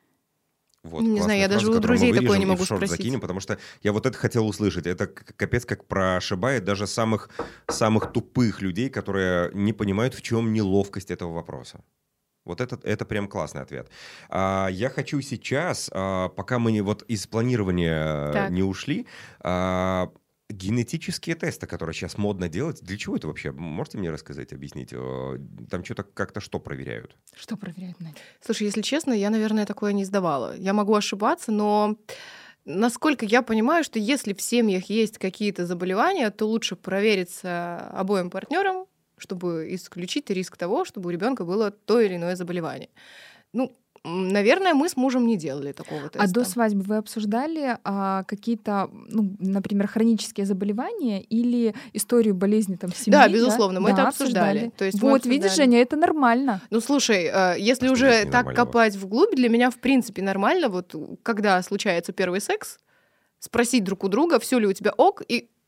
Вот, Не классная знаю, я фраза, даже у которую мы друзей такое вырежем не и могу в шорт спросить. закинем, потому что я вот это хотел услышать. Это к- капец как прошибает даже самых, самых тупых людей, которые не понимают, в чем неловкость этого вопроса. Вот это, это прям классный ответ. А, я хочу сейчас, а, пока мы не, вот из планирования Так. не ушли, а, генетические тесты, которые сейчас модно делать, для чего это вообще? Можете мне рассказать, объяснить? Э, Там что-то как-то что проверяют? Что проверяет Надя? Слушай, если честно, я, наверное, такое не сдавала. Я могу ошибаться, но насколько я понимаю, что если в семьях есть какие-то заболевания, то лучше провериться обоим партнерам, чтобы исключить риск того, чтобы у ребенка было то или иное заболевание. Ну, м, наверное, мы с мужем не делали такого теста. А до свадьбы вы обсуждали а, какие-то, ну, например, хронические заболевания или историю болезни там в семье? Да, безусловно, мы Да, это обсуждали. То есть мы вот, видишь, обсуждали. Женя, это нормально. Ну, слушай, э, если А что уже здесь так ненормального? копать вглубь, для меня, в принципе, нормально, вот когда случается первый секс, спросить друг у друга, все ли у тебя ок, и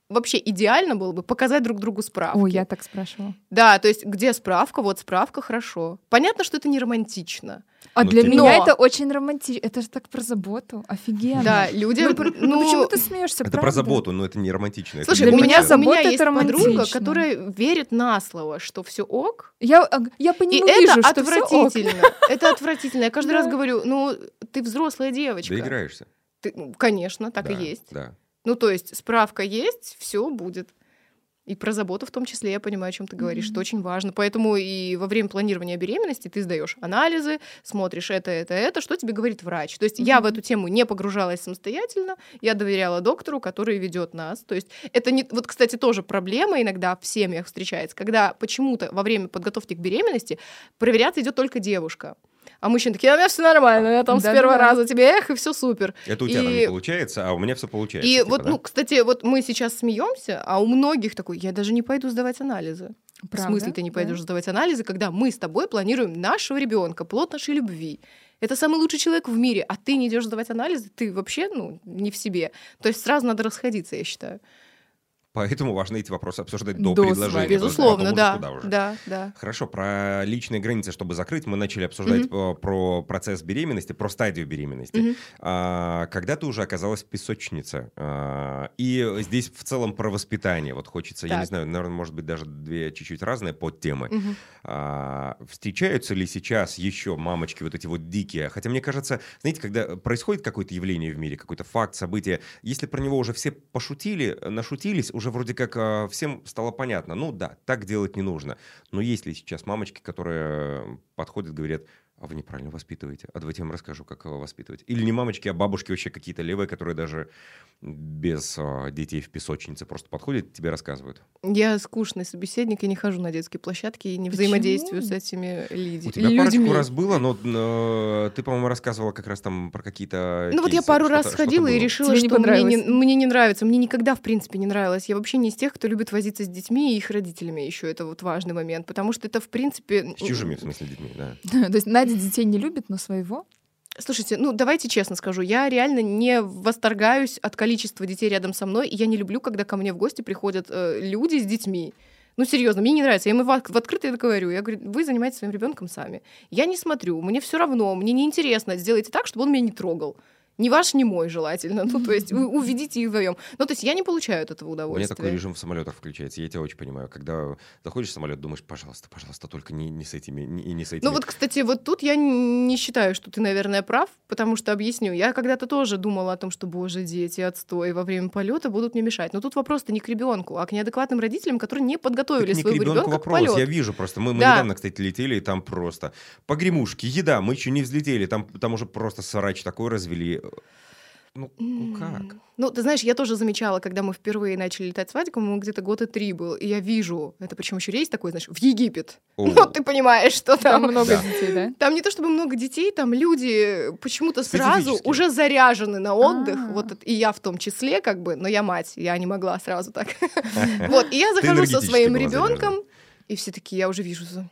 вообще идеально было бы показать друг другу справки. Ой, я так спрашивала. Да, то есть где справка? Вот справка, хорошо. Понятно, что это не романтично. А Ну, для типа- меня Но- это очень романтично. Это же так про заботу. Офигенно. Да, люди... Ну, про- ну, почему ты смеешься? Это про заботу, но это не романтично. это Слушай, Для у не меня меня, романтично. у меня забота — есть это подруга, романтично. которая верит на слово, что все ок, Я, а, я по и нему это вижу, что всё ок. отвратительно. Это отвратительно. Я каждый Да. раз говорю, ну, ты взрослая девочка. Доиграешься. Ты- ну, конечно, так Да, и есть. Да. Ну, то есть справка есть, все будет. И про заботу в том числе я понимаю, о чем ты говоришь, Мгм. это очень важно. Поэтому и во время планирования беременности ты сдаешь анализы, смотришь это, это, это, что тебе говорит врач. То есть я в Мгм. эту тему не погружалась самостоятельно, я доверяла доктору, который ведет нас. То есть это не... Вот, кстати, тоже проблема иногда в семьях встречается, когда почему-то во время подготовки к беременности проверяться идет только девушка. А мужчины такие, а у меня все нормально, я там с Да-да-да. первого раза тебе, эх, и все супер. Это у тебя там И- не получается, а у меня все получается. И типа, вот, да? ну, кстати, вот мы сейчас смеемся, а у многих такой, я даже не пойду сдавать анализы. В Правда? смысле ты не Да. пойдешь сдавать анализы, когда мы с тобой планируем нашего ребенка, плод нашей любви. Это самый лучший человек в мире, а ты не идешь сдавать анализы, ты вообще, ну, не в себе. То есть сразу надо расходиться, я считаю. Поэтому важно эти вопросы обсуждать до, До предложения. свадьбы. Безусловно, потом уже да, туда уже. да, да. Хорошо, про личные границы, чтобы закрыть, мы начали обсуждать э, про процесс беременности, про стадию беременности. Мгм. А, когда ты уже оказалась в песочнице, а, и здесь в целом про воспитание, вот хочется, я не Так. знаю, наверное, может быть, даже две чуть-чуть разные подтемы. Мгм. А, встречаются ли сейчас еще мамочки вот эти вот дикие? Хотя мне кажется, знаете, когда происходит какое-то явление в мире, какой-то факт, событие, если про него уже все пошутили, нашутились, уже вроде как а, всем стало понятно. Ну да, так делать не нужно. Но есть ли сейчас мамочки, которые подходят, говорят, а вы неправильно воспитываете, а давайте я вам расскажу, как его воспитывать. Или не мамочки, а бабушки вообще какие-то левые, которые даже без а, детей в песочнице просто подходят, тебе рассказывают. Я скучный собеседник, я не хожу на детские площадки и не Почему? взаимодействую с этими люди- У тебя людьми. парочку раз было, но э, ты, по-моему, рассказывала как раз там про какие-то Ну вот я кейсы, пару что-то- раз что-то сходила и было. решила, Тебе не что мне не, понравилось? мне не нравится. Мне никогда, в принципе, не нравилось. Я вообще не из тех, кто любит возиться с детьми и их родителями еще. Это вот важный момент. Потому что это, в принципе... С чужими, в смысле, детьми, да. То есть Надя детей не любит, но своего? Слушайте, ну давайте честно скажу, я реально не восторгаюсь от количества детей рядом со мной, и я не люблю, когда ко мне в гости приходят э, люди с детьми. Ну, серьезно, мне не нравится. Я им в, в открытое говорю. Я говорю, вы занимаетесь своим ребенком сами. Я не смотрю, мне все равно, мне неинтересно. Сделайте так, чтобы он меня не трогал. Ни ваш, ни мой, желательно. Ну, то есть, у- уведите их вдвоем. Ну, то есть, я не получаю от этого У меня удовольствия. такой режим в самолетах включается, я тебя очень понимаю. Когда заходишь в самолет, думаешь, пожалуйста, пожалуйста, только не, не с этими, не, и не с этими. Ну вот, кстати, вот тут я н- не считаю, что ты, наверное, прав, потому что объясню. Я когда-то тоже думала о том, что, боже, дети, отстой, во время полета будут мне мешать. Но тут вопрос-то не к ребенку, а к неадекватным родителям, которые не Так подготовили не к своего ребенку ребенка к вопрос, я полету. вижу просто. Мы, мы Да. недавно, кстати, летели, и там просто погремушки, еда, мы еще не взлетели, там, там уже просто срач такой развели. Ну, ну как? М. Ну, ты знаешь, я тоже замечала, когда мы впервые начали летать с Вадиком, ему где-то год и три был, и я вижу, это причем еще рейс такой, знаешь, в Египет. О. Ну, ты понимаешь, что Там там. много Да. детей, да? Там не то чтобы много детей, там люди почему-то сразу Специфические. уже заряжены на отдых, А. вот это- и я в том числе, как бы, но я мать, я не могла сразу так. Вот, и я Ты захожу со энергетически своим была ребенком, и все такие, я уже вижу, за-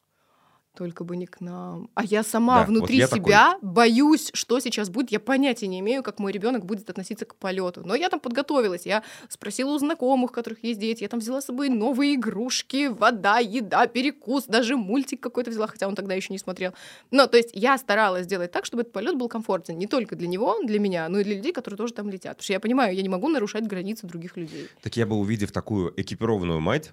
только бы не к нам. А я сама Да, вот внутри я себя боюсь, что сейчас будет. Я понятия не имею, как мой ребенок будет относиться к полету. Но я там подготовилась. Я спросила у знакомых, у которых есть дети. Я там взяла с собой новые игрушки, вода, еда, перекус, даже мультик какой-то взяла, хотя он тогда еще не смотрел. Ну, то есть я старалась сделать так, чтобы этот полет был комфортен не только для него, для меня, но и для людей, которые тоже там летят. Потому что я понимаю, я не могу нарушать границы других людей. Так я бы, увидев такую экипированную мать,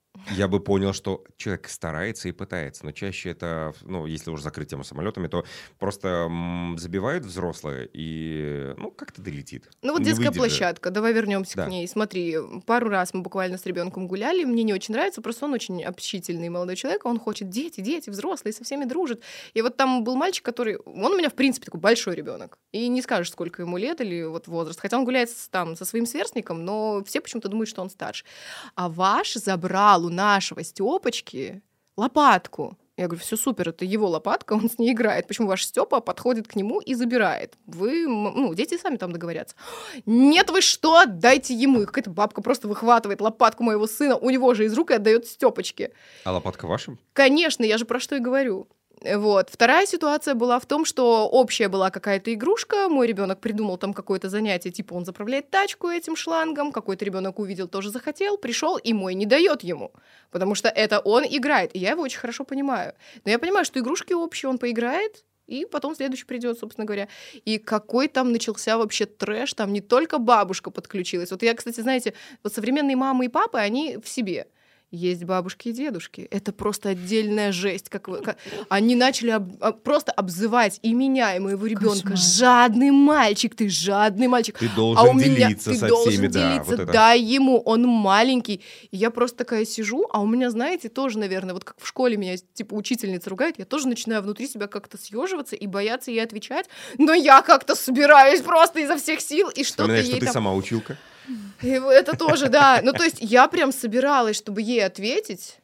я бы понял, что человек старается и пытается, но чаще это, ну, если уже закрыть тему самолетами, то просто м, забивают взрослые и, ну, как-то долетит. Ну вот Не детская выйдет же. площадка, давай вернемся Да. к ней. Смотри, пару раз мы буквально с ребенком гуляли, мне не очень нравится, просто он очень общительный молодой человек, он хочет дети, дети, взрослые, со всеми дружит. И вот там был мальчик, который, он у меня в принципе такой большой ребенок, и не скажешь, сколько ему лет или вот возраст, хотя он гуляет с- там со своим сверстником, но все почему-то думают, что он старше. А ваш забрал у нашего Стёпочки лопатку. Я говорю, все супер, это его лопатка, он с ней играет. Почему ваш Степа подходит к нему и забирает? Вы, м, ну, дети сами там договорятся. Нет, вы что? Дайте ему. И какая-то бабка просто выхватывает лопатку моего сына у него же из рук и отдает Степочке. А лопатка ваша? Конечно, я же про что и говорю. Вот. Вторая ситуация была в том, что общая была какая-то игрушка, мой ребенок придумал там какое-то занятие, типа он заправляет тачку этим шлангом, какой-то ребенок увидел, тоже захотел, пришел, и мой не дает ему, потому что это он играет, и я его очень хорошо понимаю. Но я понимаю, что игрушки общие, он поиграет, и потом следующий придет, собственно говоря. И какой там начался вообще трэш, там не только бабушка подключилась. Вот я, кстати, знаете, вот современные мамы и папы, они в себе. Есть бабушки и дедушки. Это просто отдельная жесть. Как вы, как... Они начали об, об, просто обзывать и меня, и моего ребенка. Жадный мальчик, ты жадный мальчик. Ты должен а у меня... делиться ты со должен всеми. делиться, Да, вот это. дай ему, он маленький. И я просто такая сижу, а у меня, знаете, тоже, наверное, вот как в школе меня типа учительница ругает, я тоже начинаю внутри себя как-то съеживаться и бояться ей отвечать. Но я как-то собираюсь просто изо всех сил и что-то Вспоминаешь, ей что ты там... сама училка? И это тоже, да. Ну, то есть я прям собиралась, чтобы ей ответить,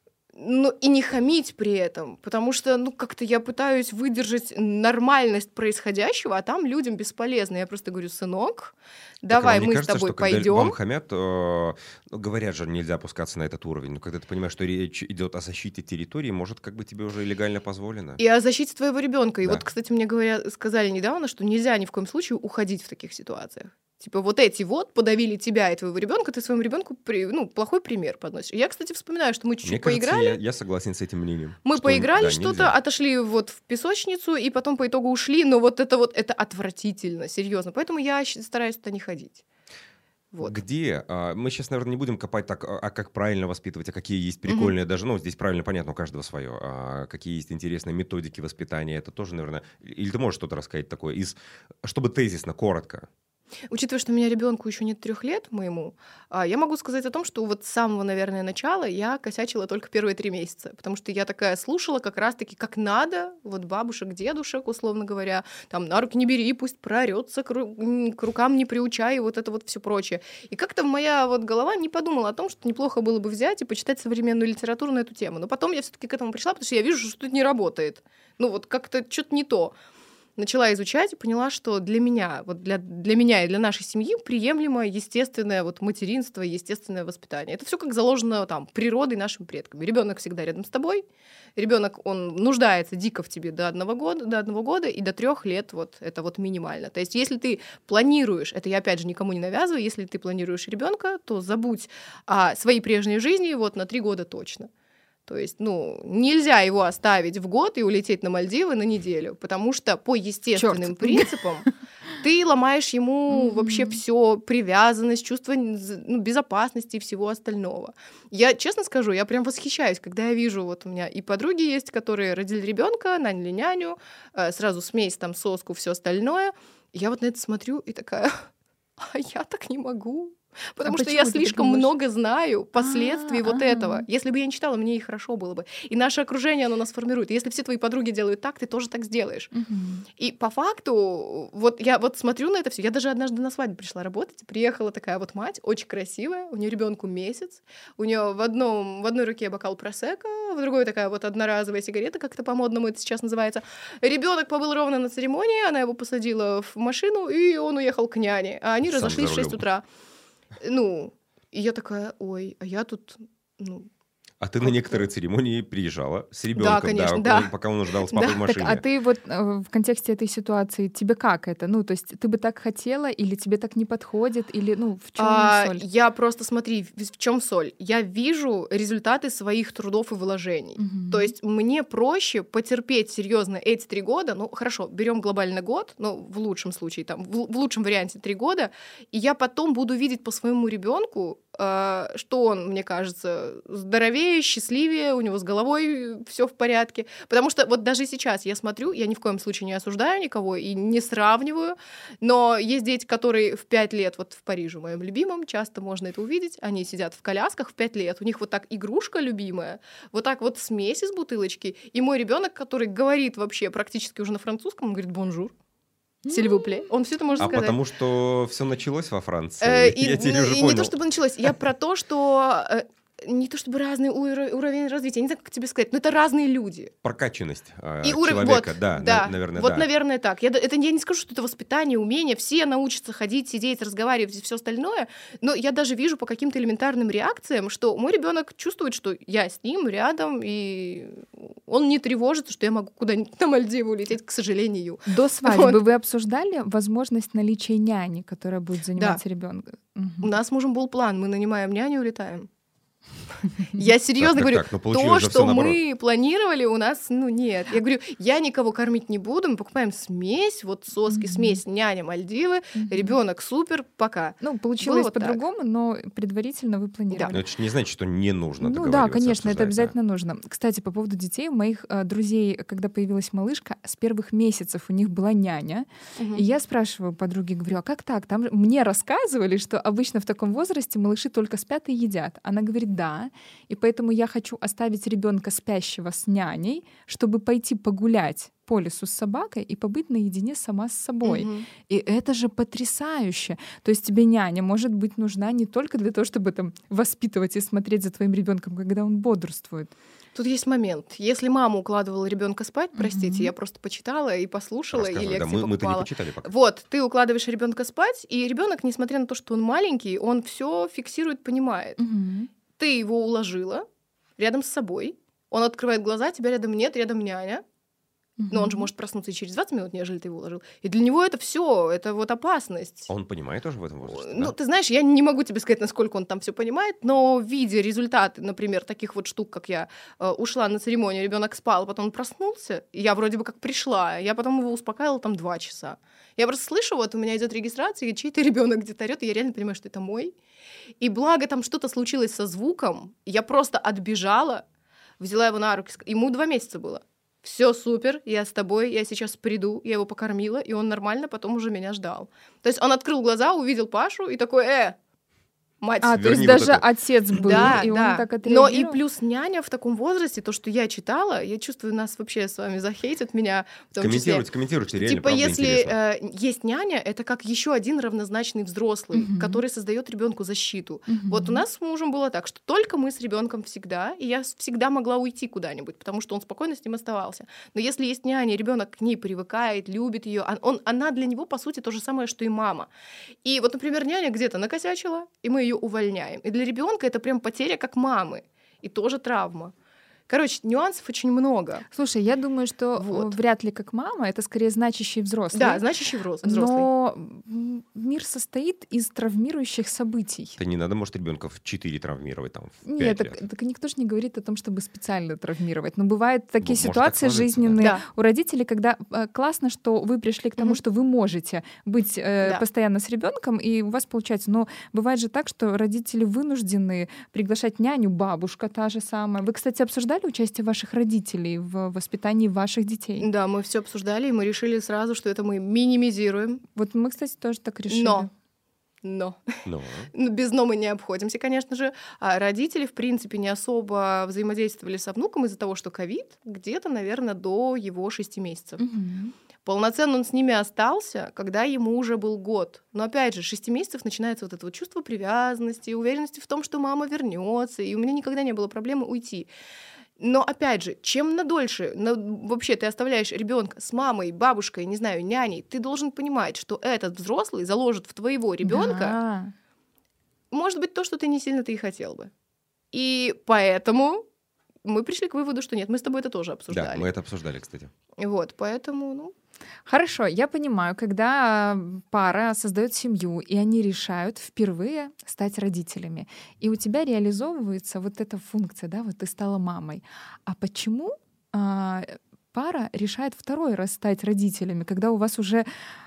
ну, и не хамить при этом, потому что, ну, как-то я пытаюсь выдержать нормальность происходящего, а там людям бесполезно. Я просто говорю, сынок, давай Так, а мы кажется, с тобой что, когда пойдем. вам хамят, э, ну, говорят же, нельзя опускаться на этот уровень. Но когда ты понимаешь, что речь идет о защите территории, может, как бы тебе уже легально позволено. И о защите твоего ребенка. И Да. вот, кстати, мне говорят, сказали недавно, что нельзя ни в коем случае уходить в таких ситуациях. Типа вот эти вот подавили тебя и твоего ребенка, ты своему ребенку при, ну, плохой пример подносишь. Я, кстати, вспоминаю, что мы чуть-чуть Мне кажется, поиграли. я, я согласен с этим мнением. Мы что, поиграли да, что-то, нельзя. отошли вот в песочницу, и потом по итогу ушли, но вот это вот, это отвратительно, серьезно. Поэтому я щ- стараюсь туда не ходить. Вот. Где? а, Мы сейчас, наверное, не будем копать так, а а как правильно воспитывать, а какие есть прикольные даже, ну, здесь правильно понятно, у каждого свое, а какие есть интересные методики воспитания, это тоже, наверное, или ты можешь что-то рассказать такое, из, чтобы тезисно, коротко. Учитывая, что у меня ребенку еще нет трех лет моему, а, я могу сказать о том, что вот с самого, наверное, начала я косячила только первые три месяца, потому что я такая слушала как раз-таки как надо, вот бабушек, дедушек, условно говоря, там на руки не бери, пусть проорется, к, ру- м, к рукам не приучай, и вот это вот все прочее. И как-то моя вот голова не подумала о том, что неплохо было бы взять и почитать современную литературу на эту тему. Но потом я все-таки к этому пришла, потому что я вижу, что это не работает. Ну вот как-то что-то не то. Начала изучать и поняла, что для меня, вот для, для меня и для нашей семьи приемлемо естественное вот материнство, естественное воспитание. Это все как заложено там природой, нашими предками. Ребенок всегда рядом с тобой. Ребенок, он нуждается дико в тебе до одного года, до одного года и до трех лет вот это вот минимально. То есть если ты планируешь, это я опять же никому не навязываю, если ты планируешь ребенка, то забудь о своей прежней жизни вот на три года точно. То есть, ну, нельзя его оставить в год и улететь на Мальдивы на неделю, потому что по естественным Чёрт. принципам ты ломаешь ему Мгм. вообще все, привязанность, чувство ну, безопасности и всего остального. Я честно скажу, я прям восхищаюсь, когда я вижу, вот у меня и подруги есть, которые родили ребенка, наняли няню, э, сразу смесь, там, соску, все остальное. И я вот на это смотрю и такая, а я так не могу. Потому А что почему я ты так слишком думаешь? много знаю последствий А, вот ага. этого. Если бы я не читала, мне и хорошо было бы. И наше окружение, оно нас формирует. Если все твои подруги делают так, ты тоже так сделаешь. Мгм. И по факту, вот я вот смотрю на это все. Я даже однажды на свадьбу пришла работать. Приехала такая вот мать, очень красивая. У нее ребенку месяц. У нее в, одном, в одной руке бокал просека, в другой такая вот одноразовая сигарета, как это по-модному это сейчас называется. Ребенок побыл ровно на церемонии, она его посадила в машину, и он уехал к няне. А они Сам за разошлись в шесть рулем. утра. Ну, и я такая, ой, а я тут, ну, А ты на Как-то. некоторые церемонии приезжала с ребенком, конечно, он- да. пока он ждал с папой Да. в Так, машине. а ты вот э, в контексте этой ситуации, тебе как это? Ну, то есть ты бы так хотела, или тебе так не подходит, или, ну, в чем А, соль? я просто, смотри, в в чем соль. Я вижу результаты своих трудов и вложений. Мгм. То есть мне проще потерпеть серьезно эти три года. Ну, хорошо, берем глобально год, ну, в лучшем случае, там, в, в лучшем варианте три года, и я потом буду видеть по своему ребенку, э, что он, мне кажется, здоровее, счастливее, у него с головой все в порядке. Потому что вот даже сейчас я смотрю, я ни в коем случае не осуждаю никого и не сравниваю, но есть дети, которые в пять лет, вот в Париже, моем любимом, часто можно это увидеть, они сидят в колясках в пять лет, у них вот так игрушка любимая, вот так вот смесь из бутылочки, и мой ребенок, который говорит вообще практически уже на французском, он говорит «бонжур», «сильвупле», он все это может А сказать. потому что все началось во Франции. Э, и, Я теперь ну, уже и понял. не то, чтобы началось. Я про то, что э, не то чтобы разный уро- уровень развития, не знаю, как тебе сказать, но это разные люди. Прокачанность э, И уровень, человека, вот, да, да, на- наверное, вот, да. наверное, так. Я, д- это я не скажу, что это воспитание, умение, все научатся ходить, сидеть, разговаривать и все остальное, но я даже вижу по каким-то элементарным реакциям, что мой ребенок чувствует, что я с ним рядом, и он не тревожится, что я могу куда-нибудь на Мальдивы улететь, к сожалению. До свадьбы Вот. вы обсуждали возможность наличия няни, которая будет заниматься ребенком? У нас с мужем был план, мы нанимаем няню и улетаем. Я серьезно Так, так, говорю, так, ну, то, получилось же всё что наоборот. мы планировали, у нас, ну, нет. Я говорю, я никого кормить не буду, мы покупаем смесь, вот соски, Мгм. смесь, няня, Мальдивы, Мгм. ребенок супер, пока. Ну, получилось вот так. по-другому, но предварительно вы планировали. Но это же не значит, что не нужно Ну да, договариваться, конечно, это обсуждать, да. обязательно нужно. Кстати, по поводу детей, у моих э, друзей, когда появилась малышка, с первых месяцев у них была няня. Мгм. И я спрашиваю подруги, говорю, а как так? Там же- мне рассказывали, что обычно в таком возрасте малыши только спят и едят. Она говорит, да. И поэтому я хочу оставить ребенка спящего с няней, чтобы пойти погулять по лесу с собакой и побыть наедине сама с собой. Мгм. И это же потрясающе. То есть тебе няня может быть нужна не только для того, чтобы там воспитывать и смотреть за твоим ребенком, когда он бодрствует. Тут есть момент. Если мама укладывала ребенка спать, простите, Мгм. я просто почитала и послушала, и Рассказывай, да, лекции мы, мы-то не покупала. почитали пока. Вот, ты укладываешь ребенка спать, и ребенок, несмотря на то, что он маленький, он все фиксирует, понимает. Ты его уложила рядом с собой, он открывает глаза, тебя рядом нет, рядом няня. Но он же может проснуться и через двадцать минут, нежели ты его уложил. И для него это все, это вот опасность. Он понимает тоже в этом возрасте, Ну, да? ты знаешь, я не могу тебе сказать, насколько он там все понимает, но видя результаты, например, таких вот штук, как я э, ушла на церемонию, ребенок спал, потом он проснулся, и я вроде бы как пришла, я потом его успокаивала там два часа. Я просто слышу, вот у меня идет регистрация, и чей-то ребенок где-то орёт, и я реально понимаю, что это мой. И благо там что-то случилось со звуком, я просто отбежала, взяла его на руки, ск- ему два месяца было. Все супер, я с тобой, я сейчас приду, я его покормила, и он нормально потом уже меня ждал. То есть он открыл глаза, увидел Пашу и такой, э, мать. А, то Верни есть вот даже это. отец был, Да, и он да. так Но отреагировал. и плюс няня в таком возрасте, то, что я читала, я чувствую, нас вообще с вами захейтят меня в том числе. Комментируйте, комментируйте, реально, Типа, правда если интересно. э, есть няня, это как еще один равнозначный взрослый, Мгм. который создает ребенку защиту. Мгм. Вот у нас с мужем было так, что только мы с ребенком всегда, и я с- всегда могла уйти куда-нибудь, потому что он спокойно с ним оставался. Но если есть няня, ребенок к ней привыкает, любит ее, он, она для него по сути то же самое, что и мама. И вот, например, няня где-то накосячила, и мы ее увольняем. И для ребенка это прям потеря как мамы, и тоже травма. Короче, нюансов очень много. Слушай, я думаю, что Вот. э, вряд ли как мама, это скорее значащий взрослый. Да, значащий взрос- взрослый. Но м, мир состоит из травмирующих событий. Это не надо, может, ребенка в четыре травмировать, там, в Нет, пять так, лет. так никто же не говорит о том, чтобы специально травмировать. Но бывают такие Ну, может ситуации так сложиться, да. жизненные Да. у родителей, когда э, классно, что вы пришли к тому, Мгм. что вы можете быть э, Да. постоянно с ребенком, и у вас получается. Но бывает же так, что родители вынуждены приглашать няню, бабушка та же самая. Вы, кстати, обсуждали участие ваших родителей в воспитании ваших детей? Да, мы все обсуждали, и мы решили сразу, что это мы минимизируем. Вот мы, кстати, тоже так решили. Но, но, Ну, ну, без но мы не обходимся, конечно же. А родители, в принципе, не особо взаимодействовали со внуком из-за того, что ковид где-то, наверное, до его шести месяцев. Мгм. Полноценно он с ними остался, когда ему уже был год. Но опять же, с шести месяцев начинается вот это вот чувство привязанности, уверенности в том, что мама вернется, и у меня никогда не было проблемы уйти. Но опять же, чем на дольше на- вообще ты оставляешь ребенка с мамой, бабушкой, не знаю, няней, ты должен понимать, что этот взрослый заложит в твоего ребенка, Да. может быть, то, что ты не сильно-то и хотел бы. И поэтому мы пришли к выводу, что нет, мы с тобой это тоже да, обсуждали. мы это обсуждали, кстати. Вот, поэтому, ну, Хорошо, я понимаю, когда э, пара создает семью, и они решают впервые стать родителями, и у тебя реализовывается вот эта функция, да, вот ты стала мамой. А почему а, пара решает второй раз стать родителями, когда у вас уже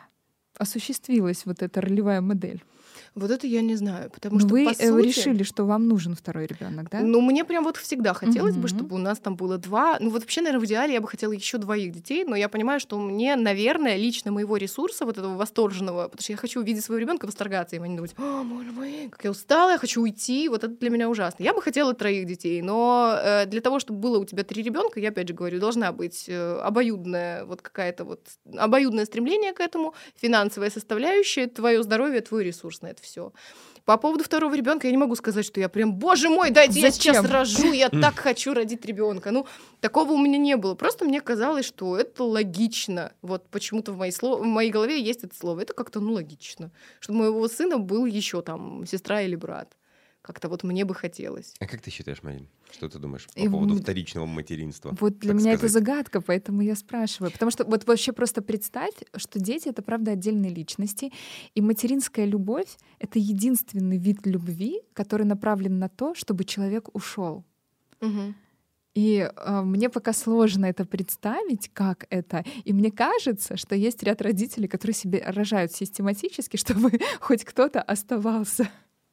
осуществилась вот эта ролевая модель? вот это я не знаю, потому Ну, что, вы по э, сути... решили, что вам нужен второй ребенок, да? Ну, мне прям вот всегда хотелось бы, Мгм. чтобы у нас там было два. Ну, вот вообще, наверное, в идеале я бы хотела еще двоих детей, но я понимаю, что мне, наверное, лично моего ресурса, вот этого восторженного, потому что я хочу увидеть своего ребенка, восторгаться им, а не думать, о, боже мой, как я устала, я хочу уйти, вот это для меня ужасно. Я бы хотела троих детей, но э, для того, чтобы было у тебя три ребенка, я опять же говорю, должна быть э, обоюдная вот какая-то вот обоюдное стремление к этому, финансовая составляющая, твое здоровье, твой ресурс на это все. По поводу второго ребенка я не могу сказать, что я прям, боже мой, дайте я сейчас рожу, я так хочу родить ребенка. Ну, такого у меня не было. Просто мне казалось, что это логично. Вот почему-то в моей, слов... в моей голове есть это слово. Это как-то, ну, логично. Чтобы у моего сына был еще там сестра или брат. Как-то вот мне бы хотелось. А как ты считаешь, Марин? Что ты думаешь по И поводу в- вторичного материнства? Вот для так меня сказать? это загадка, поэтому я спрашиваю. Потому что вот вообще просто представь, что дети — это, правда, отдельные личности, и материнская любовь — это единственный вид любви, который направлен на то, чтобы человек ушел. Мгм. И э, мне пока сложно это представить, как это. И мне кажется, что есть ряд родителей, которые себе рожают систематически, чтобы хоть кто-то оставался.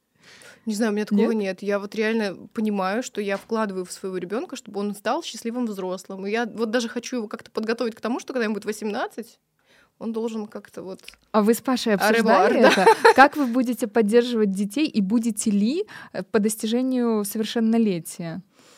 Не знаю, у меня такого Нет? нет. Я вот реально понимаю, что я вкладываю в своего ребенка, чтобы он стал счастливым взрослым. И я вот даже хочу его как-то подготовить к тому, что когда ему будет восемнадцать, он должен как-то вот... А вы с Пашей Аревуар, обсуждали да. это? Как вы будете поддерживать детей и будете ли э, по достижению совершеннолетия?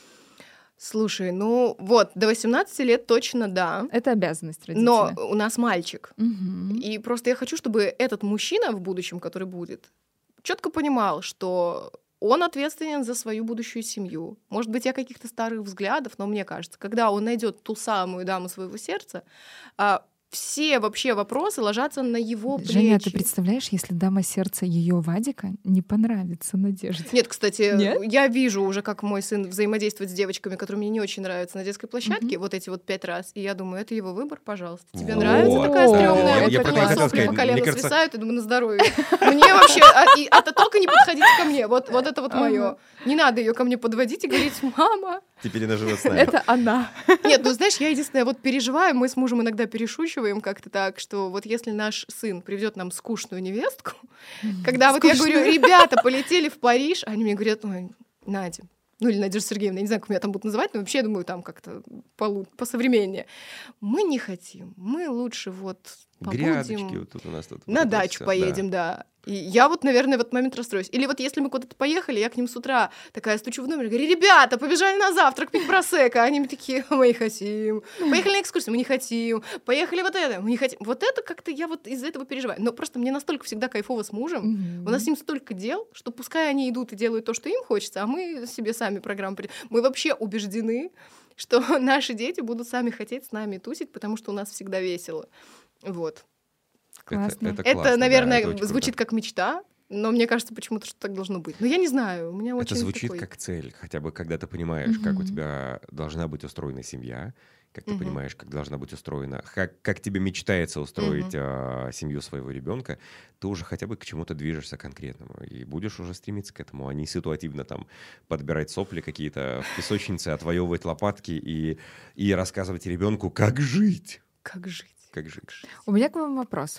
Слушай, ну вот, до восемнадцати лет точно да. Это обязанность родителя. Но у нас мальчик. Мгм. И просто я хочу, чтобы этот мужчина в будущем, который будет, четко понимал, что он ответственен за свою будущую семью. Может быть, я каких-то старых взглядов, но мне кажется, когда он найдет ту самую даму своего сердца, а, все вообще вопросы ложатся на его плечи. Женя, а ты представляешь, если дама сердца ее Вадика не понравится Надежде? Нет, кстати, Нет? я вижу уже, как мой сын взаимодействует с девочками, которые мне не очень нравятся на детской площадке, вот эти вот пять раз, и я думаю, это его выбор, пожалуйста. Тебе Вот. нравится такая Да, стрёмная? я- Вот я такие про это хотел сопли сказать. по колено Мне кажется- свисают, и думаю, на здоровье. Мне вообще... а, и это только не подходите ко мне. Вот, вот это вот мое. Не надо ее ко мне подводить и говорить, мама. Теперь она живет с нами. Это она. Нет, ну знаешь, я единственное вот переживаю, мы с мужем иногда перешучиваем как-то так, что вот если наш сын приведет нам скучную невестку, когда вот я говорю, ребята полетели в Париж, они мне говорят, ой, Надя, ну или Надежда Сергеевна, я не знаю, как меня там будут называть, но вообще, я думаю, там как-то полу- посовременнее. Мы не хотим, мы лучше вот Грядочки побудем, вот тут у нас тут. на вот это дачу всё, поедем, да. И я вот, наверное, в этот момент расстроюсь. Или вот если мы куда-то поехали, я к ним с утра такая стучу в номер, говорю, ребята, побежали на завтрак пить просека. Они мне такие, мы не хотим. Поехали на экскурсию, мы не хотим. Поехали вот это, мы не хотим. Вот это как-то я вот из-за этого переживаю. Но просто мне настолько всегда кайфово с мужем. Мгм. У нас с ним столько дел, что пускай они идут и делают то, что им хочется, а мы себе сами программу... при- Мы вообще убеждены, что наши дети будут сами хотеть с нами тусить, потому что у нас всегда весело. Вот. Классно. Это, это, Это, классно, да, наверное, это очень звучит круто. как мечта, но мне кажется, почему-то, что так должно быть. Но я не знаю, у меня очень Это звучит такой... как цель, хотя бы когда ты понимаешь, как у Мгм. тебя должна быть устроена семья, как ты Мгм. понимаешь, как должна быть устроена, как, как тебе мечтается устроить Мгм. а, семью своего ребенка, ты уже хотя бы к чему-то движешься конкретному и будешь уже стремиться к этому, а не ситуативно там подбирать сопли какие-то в песочнице, отвоевывать лопатки и, и рассказывать ребенку, как жить. Как жить? Как жить. У меня к вам вопрос.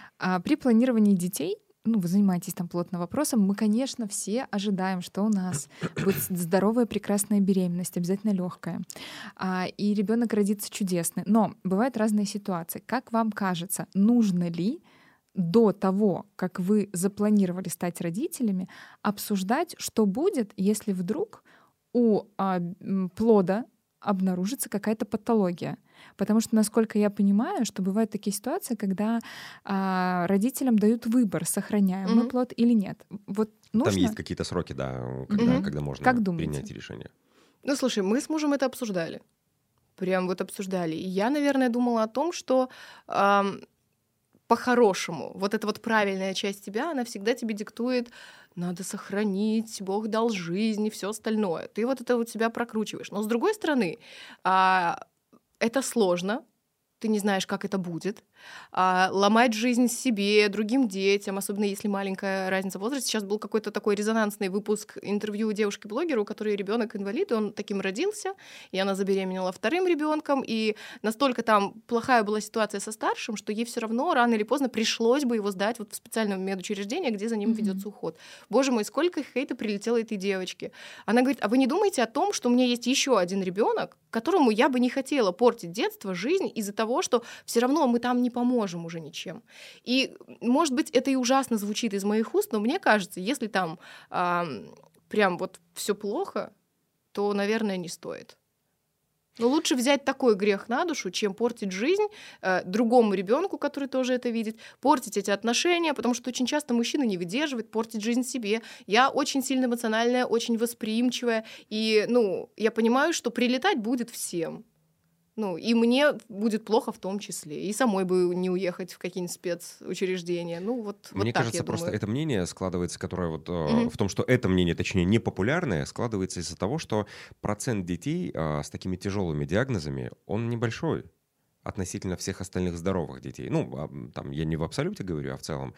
А при планировании детей, ну, вы занимаетесь там плотно вопросом, мы, конечно, все ожидаем, что у нас будет здоровая, прекрасная беременность, обязательно легкая, и ребенок родится чудесный. Но бывают разные ситуации. Как вам кажется, нужно ли до того, как вы запланировали стать родителями, обсуждать, что будет, если вдруг у а, м, плода обнаружится какая-то патология? Потому что, насколько я понимаю, что бывают такие ситуации, когда а, родителям дают выбор, сохраняем мы Мгм. плод или нет. Вот нужно? Там есть какие-то сроки, да, когда, Мгм. когда можно Как думаете? принять решение. Ну, слушай, мы с мужем это обсуждали. Прям вот обсуждали. И я, наверное, думала о том, что ам, по-хорошему, вот эта вот правильная часть тебя, она всегда тебе диктует, надо сохранить, Бог дал жизнь и все остальное. Ты вот это вот себя прокручиваешь. Но с другой стороны, а, это сложно, ты не знаешь, как это будет. А, ломать жизнь себе, другим детям, особенно если маленькая разница в возрасте. Сейчас был какой-то такой резонансный выпуск интервью девушки-блогера, у которой ребенок инвалид, и он таким родился, и она забеременела вторым ребенком, и настолько там плохая была ситуация со старшим, что ей все равно рано или поздно пришлось бы его сдать вот в специальное медучреждение, где за ним Мгм. ведется уход. Боже мой, сколько хейта прилетело этой девочке. Она говорит, а вы не думаете о том, что у меня есть еще один ребенок, которому я бы не хотела портить детство, жизнь из-за того, что все равно мы там не поможем уже ничем. И, может быть, это и ужасно звучит из моих уст, но мне кажется, если там ам, прям вот все плохо, то, наверное, не стоит. Но лучше взять такой грех на душу, чем портить жизнь э, другому ребенку, который тоже это видит, портить эти отношения, потому что очень часто мужчина не выдерживает, портить жизнь себе. Я очень сильно эмоциональная, очень восприимчивая, и, ну, я понимаю, что прилетать будет всем. Ну, и мне будет плохо в том числе. И самой бы не уехать в какие-нибудь спецучреждения. Ну, вот, Мне вот так, кажется, я просто думаю. это мнение складывается, которое вот э, Мгм. в том, что это мнение, точнее, непопулярное, складывается из-за того, что процент детей э, с такими тяжелыми диагнозами, он небольшой относительно всех остальных здоровых детей. Ну, а, м, там я не в абсолюте говорю, а в целом.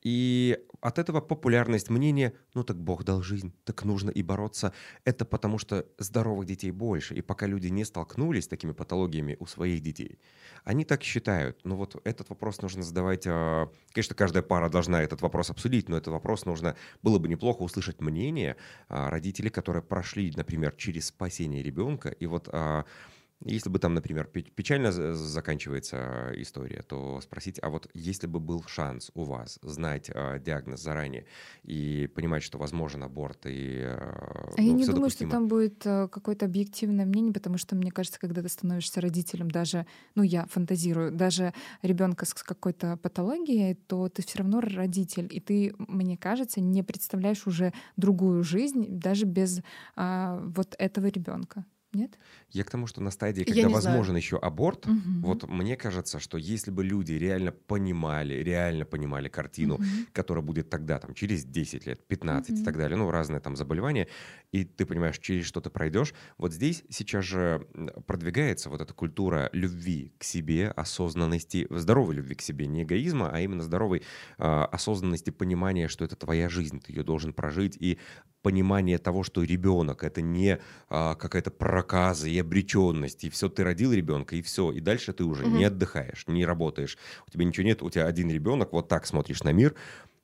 И от этого популярность мнения, ну так Бог дал жизнь, так нужно и бороться. Это потому что здоровых детей больше. И пока люди не столкнулись с такими патологиями у своих детей, они так считают. Но вот этот вопрос нужно задавать... а, Конечно, каждая пара должна этот вопрос обсудить, но этот вопрос нужно... Было бы неплохо услышать мнение а, родителей, которые прошли, например, через спасение ребенка. И вот... а, если бы там, например, пе- печально за- заканчивается история, то спросить, а вот если бы был шанс у вас знать а, диагноз заранее и понимать, что возможен аборт и а, А я ну, не все думаю, что допустимо. там будет э, какое-то объективное мнение, потому что, мне кажется, когда ты становишься родителем, даже, ну, я фантазирую, даже ребенка с какой-то патологией, то ты все равно родитель, и ты, мне кажется, не представляешь уже другую жизнь даже без а, вот этого ребенка. Нет? Я к тому, что на стадии, Я когда не знаю. возможен еще аборт, Мгм. вот мне кажется, что если бы люди реально понимали, реально понимали картину, Мгм. которая будет тогда, там, через десять лет, пятнадцать и Мгм. так далее, ну, разные там заболевания, и ты понимаешь, через что ты пройдешь, вот здесь сейчас же м, продвигается вот эта культура любви к себе, осознанности, здоровой любви к себе, не эгоизма, а именно здоровой а, осознанности, понимания, что это твоя жизнь, ты ее должен прожить, и понимание того, что ребенок это не а, какая-то проказа и обреченность, и все, ты родил ребенка, и все, и дальше ты уже не Мгм. отдыхаешь, не работаешь, у тебя ничего нет, у тебя один ребенок, вот так смотришь на мир.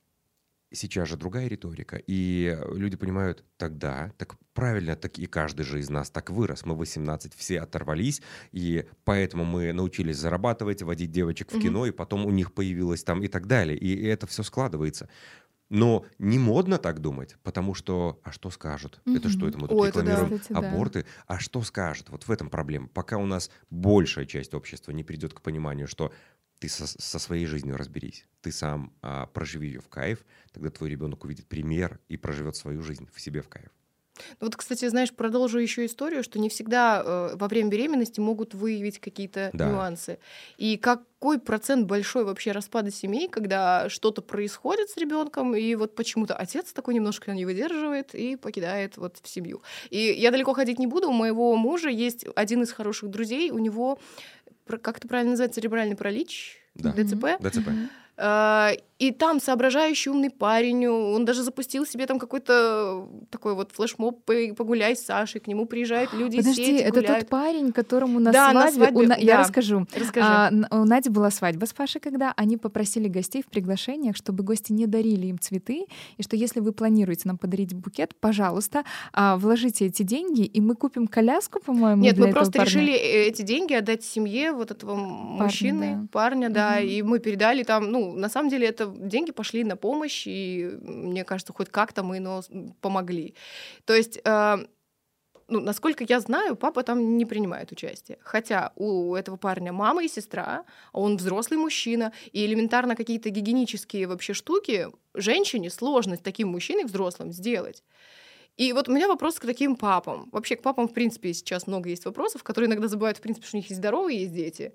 Сейчас же другая риторика, и люди понимают, тогда, так правильно, так и каждый же из нас так вырос. Мы восемнадцать все оторвались, и поэтому мы научились зарабатывать, водить девочек в Мгм. кино, и потом у них появилось там и так далее, и, и это все складывается. Но не модно так думать, потому что, а что скажут? Это что, Мгм. это мы тут О, это да. рекламируем Кстати, да. аборты? А что скажут? Вот в этом проблема. Пока у нас большая часть общества не придет к пониманию, что ты со, со своей жизнью разберись, ты сам а, проживи ее в кайф, тогда твой ребенок увидит пример и проживет свою жизнь в себе в кайф. Вот, кстати, знаешь, продолжу еще историю, что не всегда э, во время беременности могут выявить какие-то Да. нюансы. И какой процент большой вообще распада семей, когда что-то происходит с ребенком, и вот почему-то отец такой немножко не выдерживает и покидает вот в семью. И я далеко ходить не буду. У моего мужа есть один из хороших друзей, у него, про- как это правильно называется, церебральный паралич, Да. ДЦП. ДЦП. Мгм. А, И там соображающий умный парень, он даже запустил себе там какой-то такой вот флешмоб по- «Погуляй с Сашей», к нему приезжают люди из Подожди, сети, это гуляют. тот парень, которому на Да, на свадьбе... свадьбе, у На- Я да. расскажу. Расскажи. А, н- у Нади была свадьба с Пашей, когда они попросили гостей в приглашениях, чтобы гости не дарили им цветы, и что если вы планируете нам подарить букет, пожалуйста, а, вложите эти деньги, и мы купим коляску, по-моему, Нет, для мы этого просто парня. решили э, эти деньги отдать семье вот этого мужчины, да. парня, да, Мгм. и мы передали там, ну, на самом деле это деньги пошли на помощь, и мне кажется, хоть как-то мы, но с- помогли. То есть, э, ну, насколько я знаю, папа там не принимает участие. Хотя у этого парня мама и сестра, а он взрослый мужчина, и элементарно какие-то гигиенические вообще штуки женщине сложно с таким мужчиной взрослым сделать. И вот у меня вопрос к таким папам. Вообще к папам, в принципе, сейчас много есть вопросов, которые иногда забывают, в принципе, что у них есть здоровые есть дети.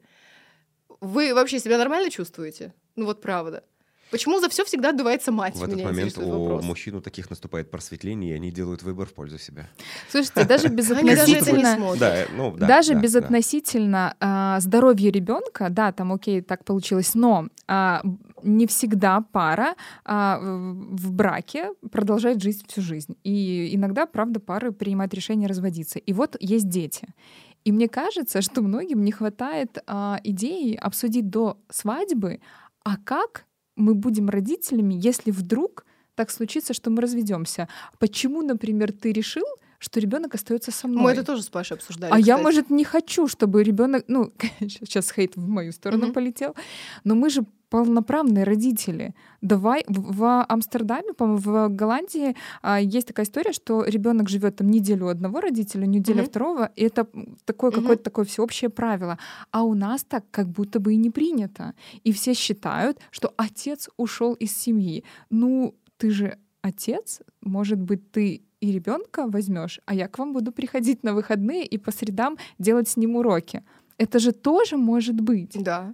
Вы вообще себя нормально чувствуете? Ну вот правда. Почему за все всегда отдувается мать? В этот Меня момент интересует у вопрос. мужчин у таких наступает просветление, и они делают выбор в пользу себя. Слушайте, даже Они даже это не безотносительно... смотрят. Да, ну да. Даже да, да. безотносительно а, здоровья ребенка, да, там, окей, так получилось, но а, не всегда пара а, в в браке продолжает жить всю жизнь. И иногда, правда, пары принимают решение разводиться. И вот есть дети. И мне кажется, что многим не хватает а, идеи обсудить до свадьбы, а как мы будем родителями, если вдруг так случится, что мы разведемся. Почему, например, ты решил что ребенок остается со мной. Мы это тоже с Пашей обсуждали. А кстати. я, может, не хочу, чтобы ребенок, ну, сейчас хейт в мою сторону Мгм. полетел, но мы же полноправные родители. Давай в, в Амстердаме, по-моему, в Голландии а, есть такая история, что ребенок живет там неделю у одного родителя, неделю у Мгм. второго, и это такое Мгм. какое-то такое всеобщее правило. А у нас так как будто бы и не принято. И все считают, что отец ушел из семьи. Ну, ты же отец, может быть, ты и ребенка возьмешь, а я к вам буду приходить на выходные и по средам делать с ним уроки. Это же тоже может быть. Да.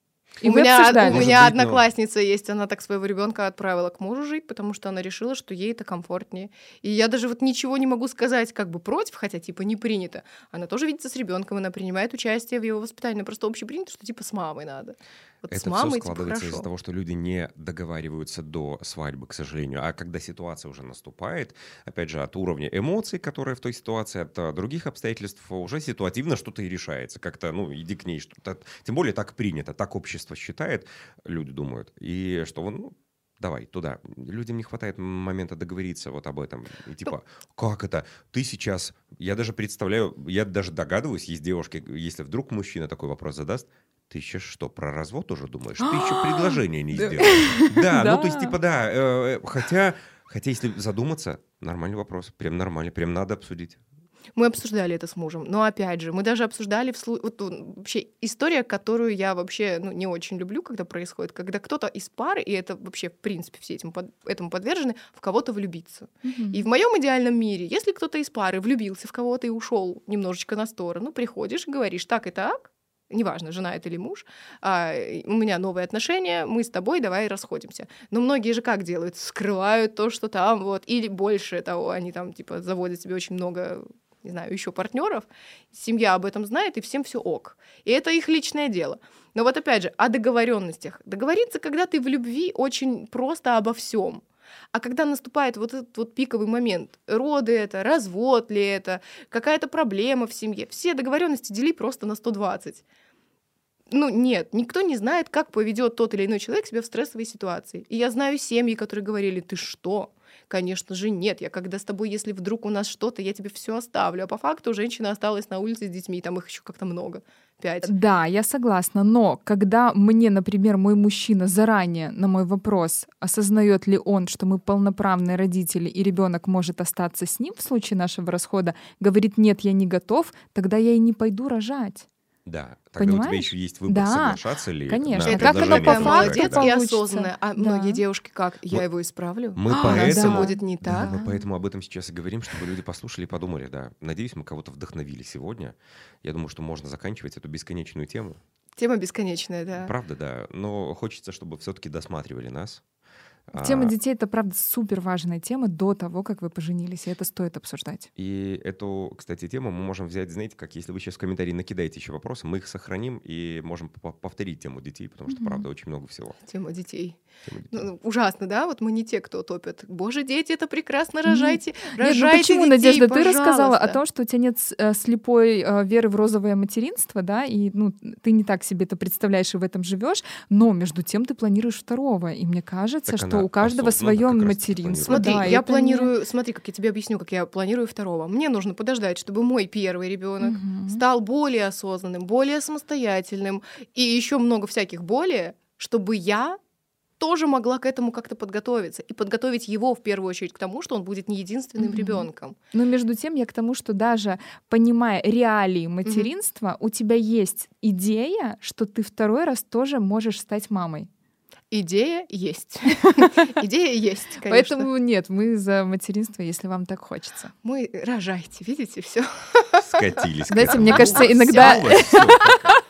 И у мы меня, обсуждали. у Может меня быть, но- одноклассница есть, она так своего ребенка отправила к мужу жить, потому что она решила, что ей это комфортнее. И я даже вот ничего не могу сказать как бы против, хотя типа не принято. Она тоже видится с ребенком, она принимает участие в его воспитании, но просто общепринято, что типа с мамой надо. Вот Это с мамой все типа складывается хорошо. из-за того, что люди не договариваются до свадьбы, к сожалению. А когда ситуация уже наступает, опять же, от уровня эмоций, которые в той ситуации, от а, других обстоятельств, уже ситуативно что-то и решается. Как-то, ну, иди к ней. Что-то. Тем более так принято, так общество считает, люди думают. И что, ну, давай туда. Людям не хватает момента договориться вот об этом. И типа, как это? Ты сейчас... Я даже представляю, я даже догадываюсь, есть девушки, если вдруг мужчина такой вопрос задаст, ты еще что, про развод уже думаешь? Ты еще предложение не Да. сделал. Да, ну то есть Да. типа да, э, хотя, хотя если задуматься, нормальный вопрос, прям нормальный, прям надо обсудить. Мы обсуждали это с мужем, но опять же, мы даже обсуждали вслу... вот, ну, вообще история, которую я вообще ну, не очень люблю, когда происходит, когда кто-то из пары, и это вообще в принципе все этим под... этому подвержены, в кого-то влюбиться. Мгм. И в моем идеальном мире, если кто-то из пары влюбился в кого-то и ушел немножечко на сторону, приходишь и говоришь так и так, неважно, жена это или муж, а, у меня новые отношения, мы с тобой, давай расходимся. Но многие же как делают? Скрывают то, что там, вот, или больше того, они там, типа, заводят себе очень много, не знаю, еще партнеров, семья об этом знает, и всем все ок. И это их личное дело. Но вот опять же, о договоренностях. Договориться, когда ты в любви, очень просто обо всем. А когда наступает вот этот вот пиковый момент, роды это, развод ли это, какая-то проблема в семье, все договоренности дели просто на сто двадцать. Ну нет, никто не знает, как поведет тот или иной человек себя в стрессовой ситуации. И я знаю семьи, которые говорили, ты что? Конечно же нет, я когда с тобой, если вдруг у нас что-то, я тебе все оставлю. А по факту женщина осталась на улице с детьми, там их еще как-то много, пять. Да, я согласна, но когда мне, например, мой мужчина заранее на мой вопрос, осознает ли он, что мы полноправные родители и ребенок может остаться с ним в случае нашего расхода, говорит, нет, я не готов, тогда я и не пойду рожать. Да, тогда у тебя Понимаешь? еще есть выбор, Да, соглашаться ли конечно. на И как оно предложение по этого факту человека, молодец да. и получится. осознанная. А Да. многие девушки как? Я Вот его исправлю? Мы А, У нас поэтому... все будет не Да, так? мы поэтому об этом сейчас и говорим, чтобы люди послушали и подумали, да. Надеюсь, мы кого-то вдохновили сегодня. Я думаю, что можно заканчивать эту бесконечную тему. Тема бесконечная, да. Правда, да. Но хочется, чтобы все-таки досматривали нас. Тема А, детей — это, правда, супер важная тема до того, как вы поженились, и это стоит обсуждать. И эту, кстати, тему мы можем взять, знаете, как если вы сейчас в комментарии накидаете еще вопросы, мы их сохраним и можем по- повторить тему детей, потому что, Мгм. правда, очень много всего. Тема детей. Тема детей. Ну, ну, ужасно, да? Вот мы не те, кто топят. Боже, дети, это прекрасно, Нет. рожайте, Нет, ну рожайте почему, детей, Надежда, ты рассказала о пожалуйста. том, что у тебя нет с- э, слепой э, веры в розовое материнство, да, и ну, ты не так себе это представляешь и в этом живешь, но между тем ты планируешь второго, и мне кажется, Так что она у каждого осознанно свое как раз материнство. Смотри, да, и я это не- планирую, смотри, как я тебе объясню, как я планирую второго. Мне нужно подождать, чтобы мой первый ребенок Мгм. стал более осознанным, более самостоятельным и еще много всяких более, чтобы я тоже могла к этому как-то подготовиться и подготовить его в первую очередь к тому, что он будет не единственным Мгм. ребенком. Но между тем я к тому, что даже понимая реалии материнства, у тебя есть идея, что ты второй раз тоже можешь стать мамой. Идея есть. Идея есть, конечно. Поэтому нет, мы за материнство, если вам так хочется. Мы рожайте, видите, все. Скатились. к Знаете, этому. мне кажется, Ну, иногда- всё у вас, всё, пока.